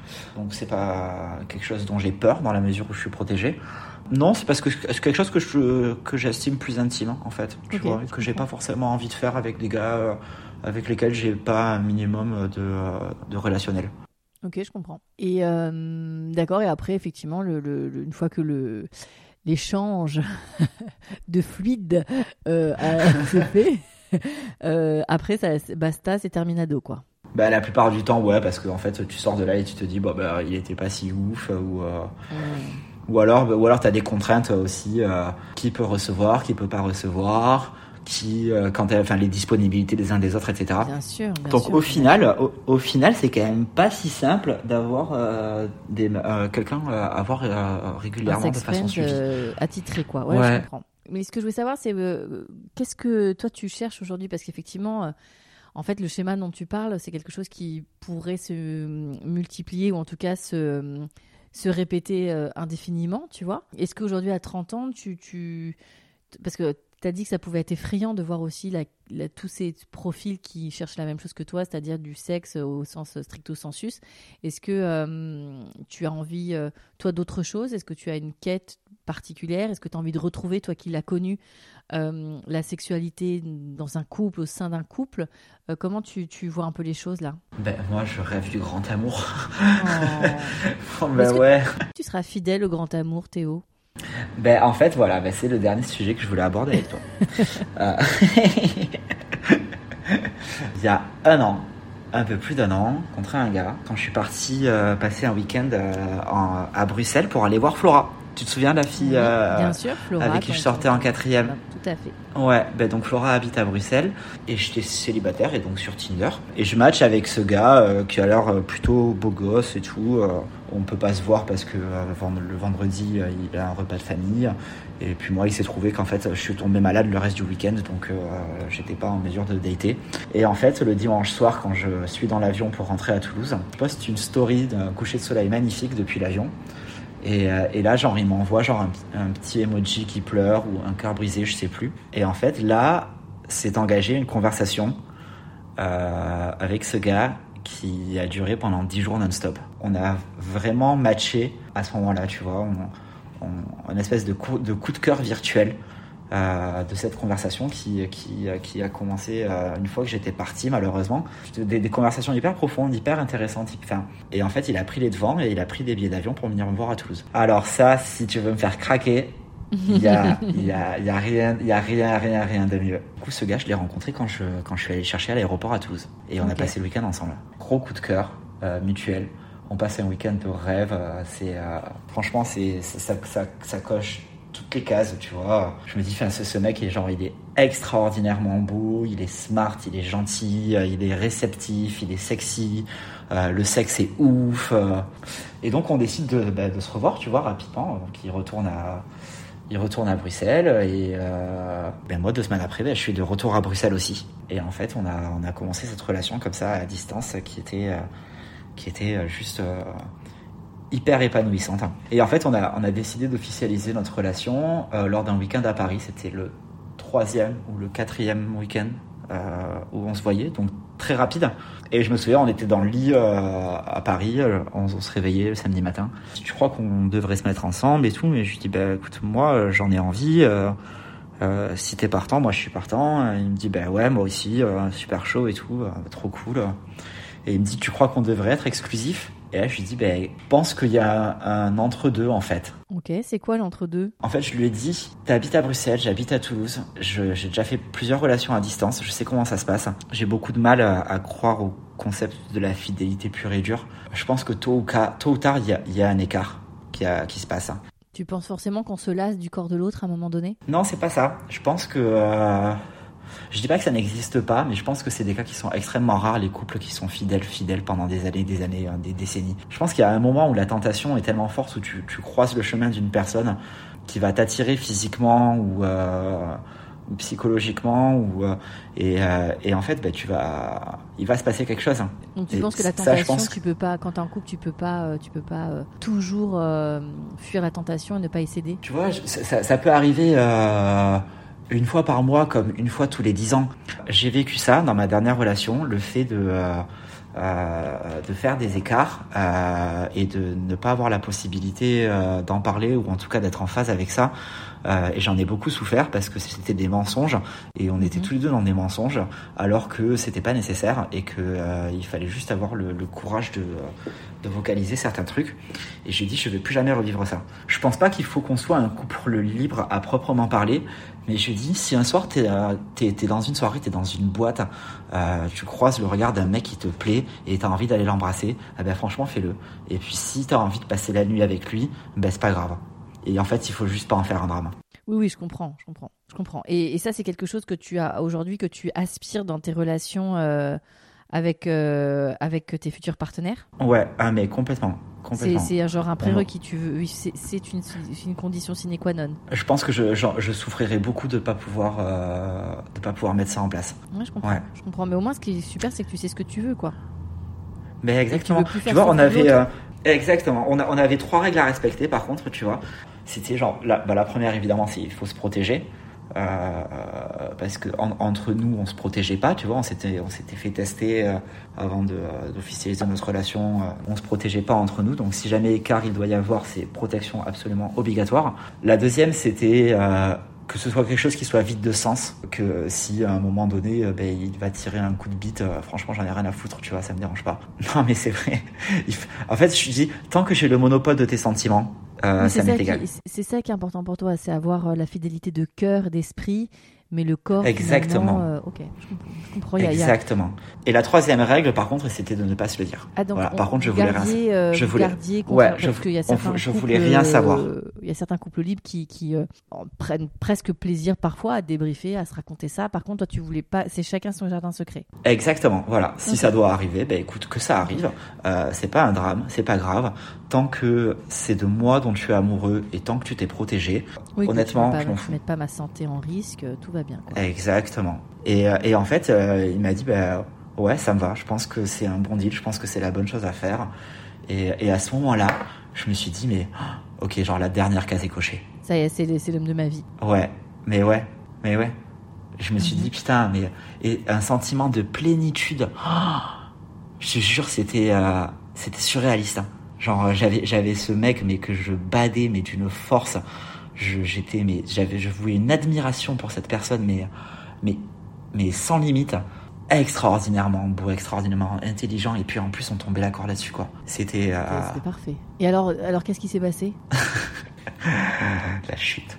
Donc c'est pas quelque chose dont j'ai peur dans la mesure où je suis protégé. Non, c'est parce que c'est quelque chose que je que j'estime plus intime en fait, tu okay, vois, que j'ai pas forcément envie de faire avec des gars euh, avec lesquels j'ai pas un minimum de euh, de relationnel. Ok, je comprends. Et euh, d'accord. Et après, effectivement, le, le, le, une fois que le l'échange de fluide euh, se fait, euh, après, ça, basta, c'est terminado, quoi. Bah, la plupart du temps, ouais, parce que en fait, tu sors de là et tu te dis, bah, bah il était pas si ouf, ou. Euh... Mmh. Ou alors, ou alors tu as des contraintes aussi, euh, qui peut recevoir, qui peut pas recevoir, qui, euh, quand enfin les disponibilités des uns des autres, et cetera. Bien sûr. Bien Donc sûr, au final, au, au final, c'est quand même pas si simple d'avoir euh, des euh, quelqu'un euh, à voir euh, régulièrement de façon suivie. Euh, attitré, quoi. Ouais, ouais, je comprends. Mais ce que je voulais savoir, c'est euh, qu'est-ce que toi tu cherches aujourd'hui, parce qu'effectivement. Euh, En fait, le schéma dont tu parles, c'est quelque chose qui pourrait se multiplier ou en tout cas se, se répéter euh, indéfiniment, tu vois. Est-ce qu'aujourd'hui, à trente ans, tu... tu... Parce que tu as dit que ça pouvait être effrayant de voir aussi la, la, tous ces profils qui cherchent la même chose que toi, c'est-à-dire du sexe au sens stricto sensus. Est-ce que euh, tu as envie, euh, toi, d'autre chose ? Est-ce que tu as une quête particulière ? Est-ce que tu as envie de retrouver, toi qui l'as connue, euh, la sexualité dans un couple, au sein d'un couple ? euh, Comment tu, tu vois un peu les choses, là ? Ben, moi, je rêve du grand amour. Oh. ben, ouais. Tu seras fidèle au grand amour, Théo ? Ben, en fait, voilà, ben, c'est le dernier sujet que je voulais aborder avec toi. euh... Il y a un an, un peu plus d'un an, contre un gars, quand je suis parti euh, passer un week-end euh, en, à Bruxelles pour aller voir Flora. Tu te souviens de la fille euh, Bien sûr, Flora, avec qui je sortais en quatrième ? Tout à fait. Ouais, ben donc Flora habite à Bruxelles et j'étais célibataire et donc sur Tinder. Et je match avec ce gars euh, qui a l'air plutôt beau gosse et tout. Euh, on peut pas se voir parce que euh, le vendredi euh, il a un repas de famille. Et puis moi il s'est trouvé qu'en fait je suis tombé malade le reste du week-end, donc euh, j'étais pas en mesure de dater. Et en fait le dimanche soir quand je suis dans l'avion pour rentrer à Toulouse, je poste une story d'un coucher de soleil magnifique depuis l'avion. Et, euh, et là, genre, il m'envoie genre un, un petit emoji qui pleure ou un cœur brisé, je sais plus. Et en fait, là, s'est engagée une conversation euh, avec ce gars qui a duré pendant dix jours non-stop. On a vraiment matché à ce moment-là, tu vois, on, on, une espèce de coup de, coup de cœur virtuel euh, de cette conversation qui, qui, qui a commencé euh, une fois que j'étais parti, malheureusement. Des, des conversations hyper profondes, hyper intéressantes. Enfin, et en fait, il a pris les devants et il a pris des billets d'avion pour venir me voir à Toulouse. Alors ça, si tu veux me faire craquer, il y a, il y a, il y a rien, il y a rien, rien, rien de mieux. Du coup, ce gars, je l'ai rencontré quand je, quand je suis allé chercher à l'aéroport à Toulouse. Et on okay. a passé le week-end ensemble. Gros coup de cœur, euh, mutuel. On passe un week-end de rêve. Euh, c'est, euh, franchement, c'est, c'est, ça, ça, ça coche toutes les cases, tu vois. Je me dis, enfin, ce, ce mec, il est genre, il est extraordinairement beau, il est smart, il est gentil, euh, il est réceptif, il est sexy, euh, le sexe est ouf. Euh, et donc, on décide de, bah, de se revoir, tu vois, rapidement. Donc, il retourne à, il retourne à Bruxelles et euh, ben moi, deux semaines après, ben, je suis de retour à Bruxelles aussi. Et en fait, on a, on a commencé cette relation comme ça à distance qui était, euh, qui était juste euh, hyper épanouissante. Et en fait, on a, on a décidé d'officialiser notre relation euh, lors d'un week-end à Paris. C'était le troisième ou le quatrième week-end euh, où on se voyait, donc très rapide. Et je me souviens, on était dans le lit euh, à Paris, on, on se réveillait le samedi matin. Tu crois qu'on devrait se mettre ensemble et tout, mais je lui dis, bah écoute, moi j'en ai envie, euh, euh, si t'es partant, moi je suis partant. Il me dit, bah ouais, moi aussi, euh, super chaud et tout, euh, trop cool. Et il me dit, tu crois qu'on devrait être exclusif ? Et là, je lui dis, ben, je pense qu'il y a un, un entre-deux, en fait. Ok, c'est quoi l'entre-deux ? En fait, je lui ai dit, t'habites à Bruxelles, j'habite à Toulouse. Je, j'ai déjà fait plusieurs relations à distance, je sais comment ça se passe. J'ai beaucoup de mal à, à croire au concept de la fidélité pure et dure. Je pense que tôt ou, cas, tôt ou tard, il y a, il y a un écart qui, a, qui se passe. Tu penses forcément qu'on se lasse du corps de l'autre à un moment donné ? Non, c'est pas ça. Je pense que... Euh... Je dis pas que ça n'existe pas, mais je pense que c'est des cas qui sont extrêmement rares, les couples qui sont fidèles, fidèles pendant des années, des années, des décennies. Je pense qu'il y a un moment où la tentation est tellement forte, où tu, tu croises le chemin d'une personne qui va t'attirer physiquement ou, euh, ou psychologiquement, ou, euh, et, euh, et en fait, bah, tu vas, il va se passer quelque chose. Donc tu et penses que la tentation, ça, que... tu peux pas, quand t'es en couple, tu peux pas, euh, tu peux pas euh, toujours euh, fuir la tentation et ne pas y céder. Tu vois, ça, ça, ça peut arriver. Euh... Une fois par mois, comme une fois tous les dix ans. J'ai vécu ça dans ma dernière relation, le fait de, euh, euh, de faire des écarts euh, et de ne pas avoir la possibilité euh, d'en parler ou en tout cas d'être en phase avec ça. Euh, et j'en ai beaucoup souffert parce que c'était des mensonges et on était mmh. tous les deux dans des mensonges alors que c'était pas nécessaire et que euh, il fallait juste avoir le, le courage de, de vocaliser certains trucs. Et j'ai dit je vais plus jamais revivre ça. Je pense pas qu'il faut qu'on soit un couple libre à proprement parler, mais je dis si un soir t'es, euh, t'es, t'es dans une soirée, t'es dans une boîte, euh, tu croises le regard d'un mec qui te plaît et t'as envie d'aller l'embrasser, eh ben franchement fais-le. Et puis si t'as envie de passer la nuit avec lui, ben c'est pas grave. Et en fait, il faut juste pas en faire un drame. Oui, oui, je comprends, je comprends, je comprends. Et, et ça, c'est quelque chose que tu as aujourd'hui, que tu aspires dans tes relations euh, avec euh, avec tes futurs partenaires. Ouais, ah mais complètement, complètement. C'est, c'est genre un prérequis. Tu veux, c'est, c'est une c'est une condition sine qua non. Je pense que je genre, je souffrirais beaucoup de pas pouvoir euh, de pas pouvoir mettre ça en place. Ouais, je comprends. Ouais. Je comprends. Mais au moins, ce qui est super, c'est que tu sais ce que tu veux, quoi. Mais exactement. Tu, tu vois, on avait euh, exactement. On, a, on avait trois règles à respecter. Par contre, tu vois. C'était genre la, bah la première évidemment c'est il faut se protéger euh, parce que en, entre nous on se protégeait pas, tu vois, on s'était on s'était fait tester euh, avant de, euh, d'officialiser notre relation, euh, on se protégeait pas entre nous, donc si jamais écart il doit y avoir, c'est protection absolument obligatoire. La deuxième c'était euh, que ce soit quelque chose qui soit vide de sens, que si à un moment donné euh, ben, il va tirer un coup de bite, euh, franchement j'en ai rien à foutre, tu vois, ça me dérange pas. Non mais c'est vrai. En fait je dis tant que j'ai le monopole de tes sentiments, Euh, oui, ça c'est, m'est ça égal. Qui, c'est ça qui est important pour toi, c'est avoir euh, la fidélité de cœur, d'esprit, mais le corps. Exactement. Euh, ok, je comprends. Je comprends y a, Exactement. Y a... Et la troisième règle, par contre, c'était de ne pas se le dire. Ah, donc voilà. on, Par contre, je voulais gardiez, rien. Euh, je voulais. Gardiez contre... Ouais, je, parce qu'il y a certains on, je couples, voulais rien savoir. Il euh, y a certains couples libres qui, qui euh, prennent presque plaisir parfois à débriefer, à se raconter ça. Par contre, toi, tu voulais pas. C'est chacun son jardin secret. Exactement. Voilà. Si okay. ça doit arriver, ben écoute, que ça arrive. Euh, c'est pas un drame, c'est pas grave. Tant que c'est de moi dont tu es amoureux et tant que tu t'es protégé, oui, honnêtement, que tu je m'en fous. Ne mets pas ma santé en risque, tout va bien. Quoi. Exactement. Et, et en fait, euh, il m'a dit, bah, ouais, ça me va. Je pense que c'est un bon deal. Je pense que c'est la bonne chose à faire. Et, et à ce moment-là, je me suis dit, mais ok, genre la dernière case est cochée. Ça y est, c'est, c'est l'homme de ma vie. Ouais, mais ouais, mais ouais. Je me suis mm-hmm. dit, putain, mais et un sentiment de plénitude. Oh, je te jure, c'était, euh, c'était surréaliste. Hein. Genre, j'avais, j'avais ce mec, mais que je badais, mais d'une force. Je, j'étais, mais j'avais, je vouais une admiration pour cette personne, mais, mais, mais sans limite. Extraordinairement beau, extraordinairement intelligent, et puis en plus on tombait d'accord là-dessus, quoi. C'était, euh... ouais, c'était parfait. Et alors, alors qu'est-ce qui s'est passé? La chute.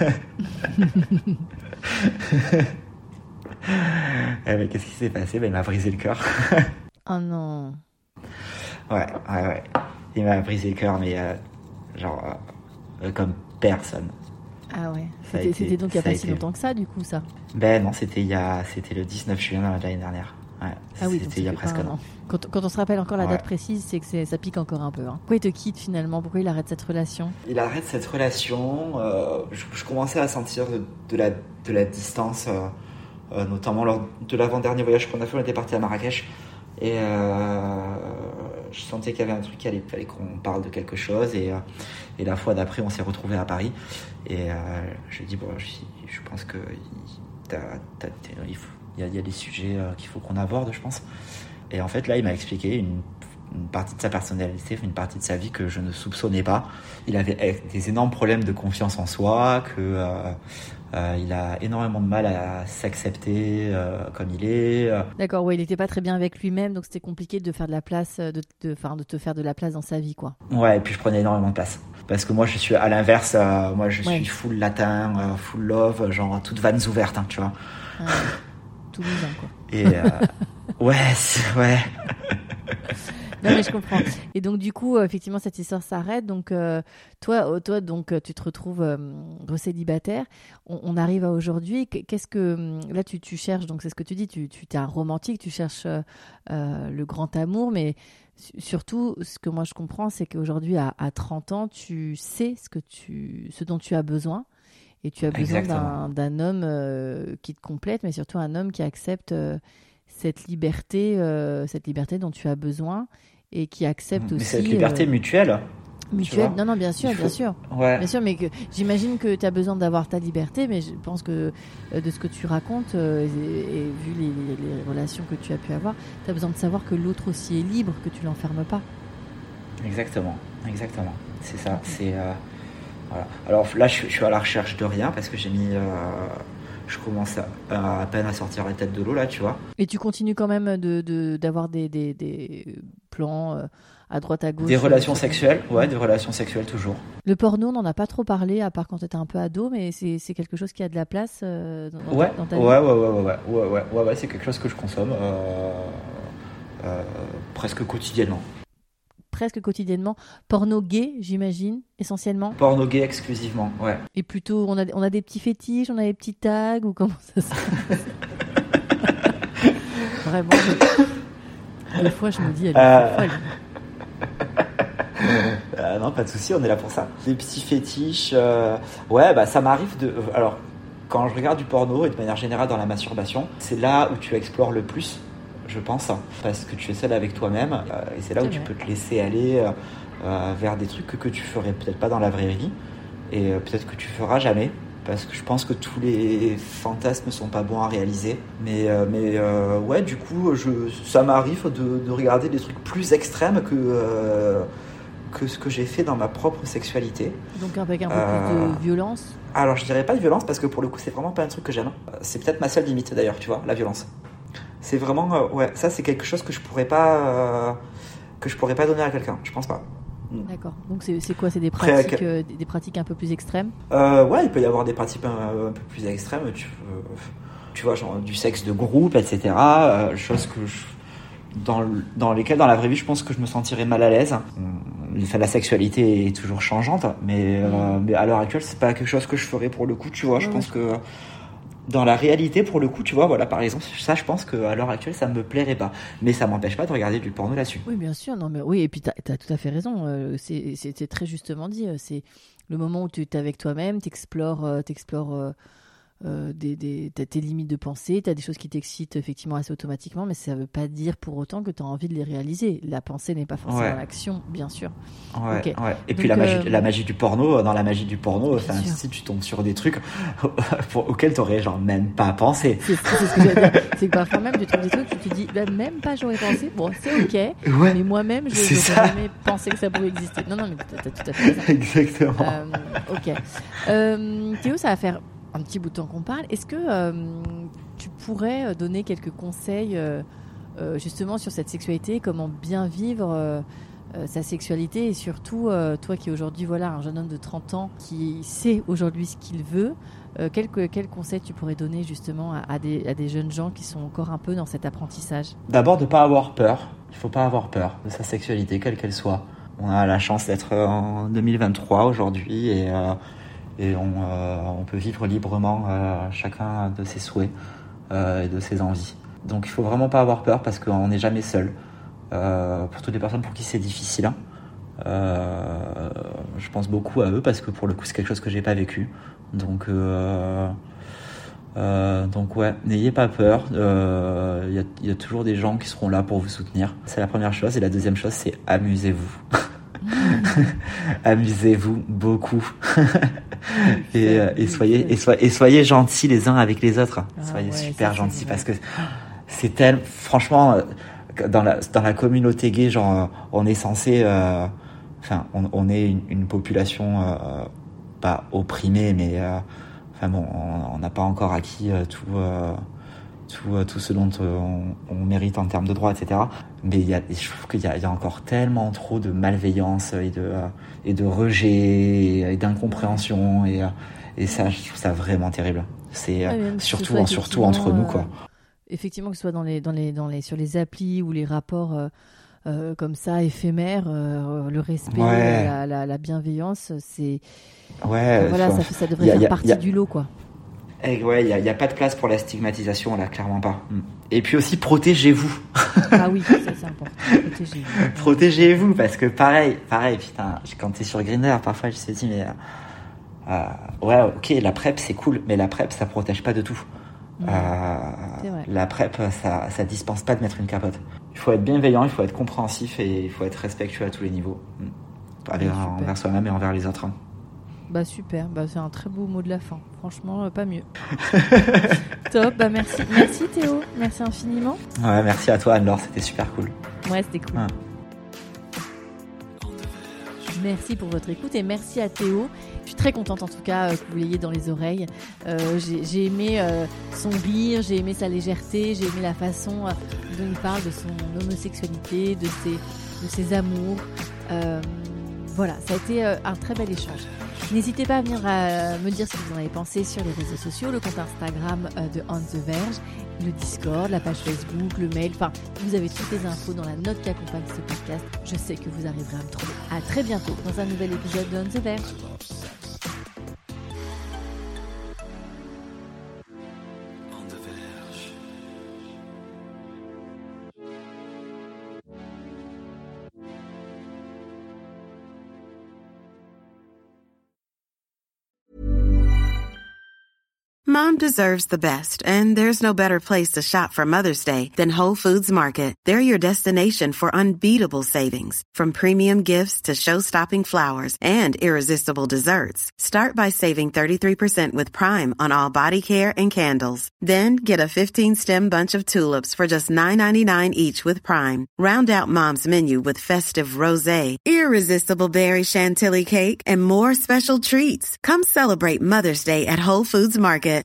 eh ben, qu'est-ce qui s'est passé? Ben, il m'a brisé le cœur. Oh non. Ouais, ouais, ouais. Il m'a brisé le cœur, mais euh, genre euh, comme personne. Ah ouais. C'était, été, c'était donc il n'y a pas si été... longtemps que ça, du coup, ça. Ben non, c'était il y a, c'était le dix-neuf juin de l'année dernière. Ouais, ah oui, c'était il y a presque un an. Quand, quand on se rappelle encore la ouais. date précise, c'est que c'est, ça pique encore un peu. Hein. Pourquoi il te quitte finalement? Pourquoi il arrête cette relation? Il arrête cette relation. Euh, je, je commençais à sentir de, de, la, de la distance, euh, euh, notamment lors de l'avant-dernier voyage qu'on a fait. On était parti à Marrakech. Et euh, je sentais qu'il y avait un truc qu'il allait, fallait qu'on parle de quelque chose. Et, euh, et la fois d'après, on s'est retrouvés à Paris. Et euh, je lui ai dit, bon, je, je pense que t'as, t'as, il, faut, il, y a, il y a des sujets euh, qu'il faut qu'on aborde, je pense. Et en fait, là, il m'a expliqué une, une partie de sa personnalité, une partie de sa vie que je ne soupçonnais pas. Il avait des énormes problèmes de confiance en soi, que... Euh, Euh, il a énormément de mal à s'accepter euh, comme il est. D'accord, ouais, il n'était pas très bien avec lui-même, donc c'était compliqué de faire de la place, de, de, enfin, de te faire de la place dans sa vie, quoi. Ouais, et puis je prenais énormément de place. Parce que moi, je suis à l'inverse, euh, moi, je suis ouais. full latin, euh, full love, genre toutes vannes ouvertes, hein, tu vois. Ah, tout bien, quoi. Et euh, ouais, c'est, ouais. Non mais je comprends. Et donc du coup, euh, effectivement, cette histoire s'arrête. Donc euh, toi, toi, donc tu te retrouves euh, célibataire. On, on arrive à aujourd'hui. Qu'est-ce que là tu, tu cherches? Donc c'est ce que tu dis. Tu, tu es un romantique. Tu cherches euh, euh, le grand amour, mais surtout, ce que moi je comprends, c'est qu'aujourd'hui, à, à trente ans, tu sais ce que tu, ce dont tu as besoin. Et tu as besoin d'un, d'un homme euh, qui te complète, mais surtout un homme qui accepte euh, cette liberté, euh, cette liberté dont tu as besoin et qui accepte mais aussi... cette liberté euh... mutuelle. Mutuelle, non, non, bien sûr, faut... bien sûr. Ouais. Bien sûr, mais que, j'imagine que tu as besoin d'avoir ta liberté, mais je pense que euh, de ce que tu racontes, euh, et, et vu les, les, les relations que tu as pu avoir, tu as besoin de savoir que l'autre aussi est libre, que tu l'enfermes pas. Exactement, exactement. C'est ça. Okay. C'est, euh, voilà. Alors là, je, je suis à la recherche de rien parce que j'ai mis. Euh, je commence à, à, à peine à sortir la tête de l'eau, là, tu vois. Et tu continues quand même de, de, d'avoir des, des, des plans. Euh, à droite, à gauche. Des relations sexuelles, ouais, des relations sexuelles toujours. Le porno, on n'en a pas trop parlé, à part quand tu étais un peu ado, mais c'est, c'est quelque chose qui a de la place euh, dans, ouais, dans ta ouais, vie. Ouais, ouais, ouais, ouais, ouais, ouais, ouais, ouais, c'est quelque chose que je consomme euh, euh, presque quotidiennement. Presque quotidiennement. Porno gay, j'imagine, essentiellement. Porno gay exclusivement, ouais. Et plutôt, on a, on a des petits fétiches, on a des petits tags, ou comment ça se passe? Vraiment, je... des fois, je me dis, elle est euh... folle. Euh, non, pas de souci, on est là pour ça. Des petits fétiches, euh, ouais, bah ça m'arrive de. Alors, quand je regarde du porno et de manière générale dans la masturbation, c'est là où tu explores le plus, je pense, parce que tu es seul avec toi-même, euh, et c'est là c'est où vrai. Tu peux te laisser aller euh, vers des trucs que, que tu ferais peut-être pas dans la vraie vie, et euh, peut-être que tu feras jamais. Parce que je pense que tous les fantasmes sont pas bons à réaliser. Mais, euh, mais euh, ouais, du coup, je, ça m'arrive de, de regarder des trucs plus extrêmes que, euh, que ce que j'ai fait dans ma propre sexualité. Donc avec un peu euh, plus de violence ? Alors, je dirais pas de violence, parce que pour le coup, c'est vraiment pas un truc que j'aime. C'est peut-être ma seule limite d'ailleurs, tu vois, la violence. C'est vraiment... Euh, ouais, ça, c'est quelque chose que je pourrais pas... Euh, que je pourrais pas donner à quelqu'un, je pense pas. D'accord. Donc c'est, c'est quoi ? C'est des pratiques, Après, euh, des pratiques un peu plus extrêmes ? euh, Ouais, il peut y avoir des pratiques un, un peu plus extrêmes. Tu, euh, tu vois, genre du sexe de groupe, et cetera. Euh, choses que je, dans, dans lesquelles, dans la vraie vie, je pense que je me sentirais mal à l'aise. Enfin, la sexualité est toujours changeante, mais, mmh. euh, mais à l'heure actuelle, c'est pas quelque chose que je ferais pour le coup. Tu vois, je mmh. pense que dans la réalité, pour le coup, tu vois, voilà, par exemple, ça, je pense qu'à l'heure actuelle, ça me plairait pas. Mais ça m'empêche pas de regarder du porno là-dessus. Oui, bien sûr. Non, mais oui, et puis t'as, t'as tout à fait raison. Euh, c'est, c'est, c'est très justement dit. C'est le moment où tu es avec toi-même, t'explores, euh, t'explores euh, euh, des, des, t'as tes limites de pensée, t'as des choses qui t'excitent effectivement assez automatiquement, mais ça veut pas dire pour autant que t'as envie de les réaliser. La pensée n'est pas forcément ouais. l'action, bien sûr. Ouais, okay. ouais. Et Donc, puis la magie, euh... la magie du porno, dans la magie du porno, si tu tombes sur des trucs pour, auxquels t'aurais genre même pas pensé. C'est, c'est ce que j'allais dire. C'est que parfois même tu trouves des trucs, tu te dis bah, même pas j'aurais pensé. Bon, c'est ok. Ouais, mais moi-même, je n'aurais jamais pensé que ça pouvait exister. Non, non, mais t'as, t'as tout à fait raison. Exactement. Euh, ok. Euh, Théo, ça va faire un petit bout de temps qu'on parle. Est-ce que euh, tu pourrais donner quelques conseils euh, euh, justement sur cette sexualité, comment bien vivre euh, euh, sa sexualité et surtout euh, toi qui aujourd'hui voilà un jeune homme de trente ans qui sait aujourd'hui ce qu'il veut, euh, quel, quel conseil tu pourrais donner justement à, à, des, à des jeunes gens qui sont encore un peu dans cet apprentissage ? D'abord de ne pas avoir peur. Il ne faut pas avoir peur de sa sexualité, quelle qu'elle soit. On a la chance d'être en deux mille vingt-trois aujourd'hui et euh, Et on, euh, on peut vivre librement euh, chacun de ses souhaits euh, et de ses envies. Donc il faut vraiment pas avoir peur parce qu'on n'est jamais seul. Euh, pour toutes les personnes pour qui c'est difficile, hein, euh, je pense beaucoup à eux parce que pour le coup c'est quelque chose que j'ai pas vécu. Donc, euh, euh, donc ouais, n'ayez pas peur. Il euh, y, a, y a toujours des gens qui seront là pour vous soutenir. C'est la première chose. Et la deuxième chose, c'est amusez-vous. Amusez-vous beaucoup. et, et, soyez, et, soyez, et soyez gentils les uns avec les autres. Ah, soyez ouais, super gentils parce que c'est tel, franchement, dans la, dans la communauté gay, genre, on est censé, euh, enfin, on, on est une, une population euh, pas opprimée, mais euh, enfin bon, on n'a pas encore acquis euh, tout. Euh, Tout, tout ce dont on, on mérite en termes de droits, et cetera. Mais il y a, je trouve qu'il y a, il y a encore tellement trop de malveillance et de, et de rejet et d'incompréhension. Et, et ça, je trouve ça vraiment terrible. C'est ouais, surtout, en, surtout entre nous, quoi. Euh, effectivement, que ce soit dans les, dans les, dans les, sur les applis ou les rapports euh, euh, comme ça, éphémères, euh, le respect, ouais. la, la, la bienveillance, c'est... Ouais, voilà, ça, ça devrait a, faire a, partie a... du lot, quoi. Et ouais, il n'y a, a pas de place pour la stigmatisation, là, clairement pas. Et puis aussi, protégez-vous. Ah oui, ça c'est important. Protégez-vous. Protégez-vous, parce que pareil, pareil, putain, quand t'es sur Grindr, parfois je me dis, mais... Euh, ouais, ok, la PrEP, c'est cool, mais la PrEP, ça protège pas de tout. Mmh. Euh, la PrEP, ça, ça dispense pas de mettre une capote. Il faut être bienveillant, il faut être compréhensif et il faut être respectueux à tous les niveaux. avec, Ouais, envers soi-même et envers les autres. Bah super, bah c'est un très beau mot de la fin. Franchement, euh, pas mieux. Top, bah merci, merci Théo, merci infiniment. Ouais, merci à toi Anne-Laure, c'était super cool. Ouais, c'était cool. Ouais. Merci pour votre écoute et merci à Théo. Je suis très contente en tout cas euh, que vous l'ayez dans les oreilles. Euh, j'ai, j'ai aimé euh, son rire, j'ai aimé sa légèreté, j'ai aimé la façon euh, dont il parle de son homosexualité, de ses, de ses amours. Euh, voilà, ça a été euh, un très bel échange. N'hésitez pas à venir à me dire ce que vous en avez pensé sur les réseaux sociaux, le compte Instagram de On the Verge, le Discord, la page Facebook, le mail, enfin, vous avez toutes les infos dans la note qui accompagne ce podcast. Je sais que vous arriverez à me trouver. À très bientôt dans un nouvel épisode de On the Verge. Mom deserves the best, and there's no better place to shop for Mother's Day than Whole Foods Market. They're your destination for unbeatable savings, from premium gifts to show-stopping flowers and irresistible desserts. Start by saving thirty-three percent with Prime on all body care and candles. Then get a fifteen-stem bunch of tulips for just nine ninety-nine each with Prime. Round out Mom's menu with festive rosé, irresistible berry chantilly cake, and more special treats. Come celebrate Mother's Day at Whole Foods Market.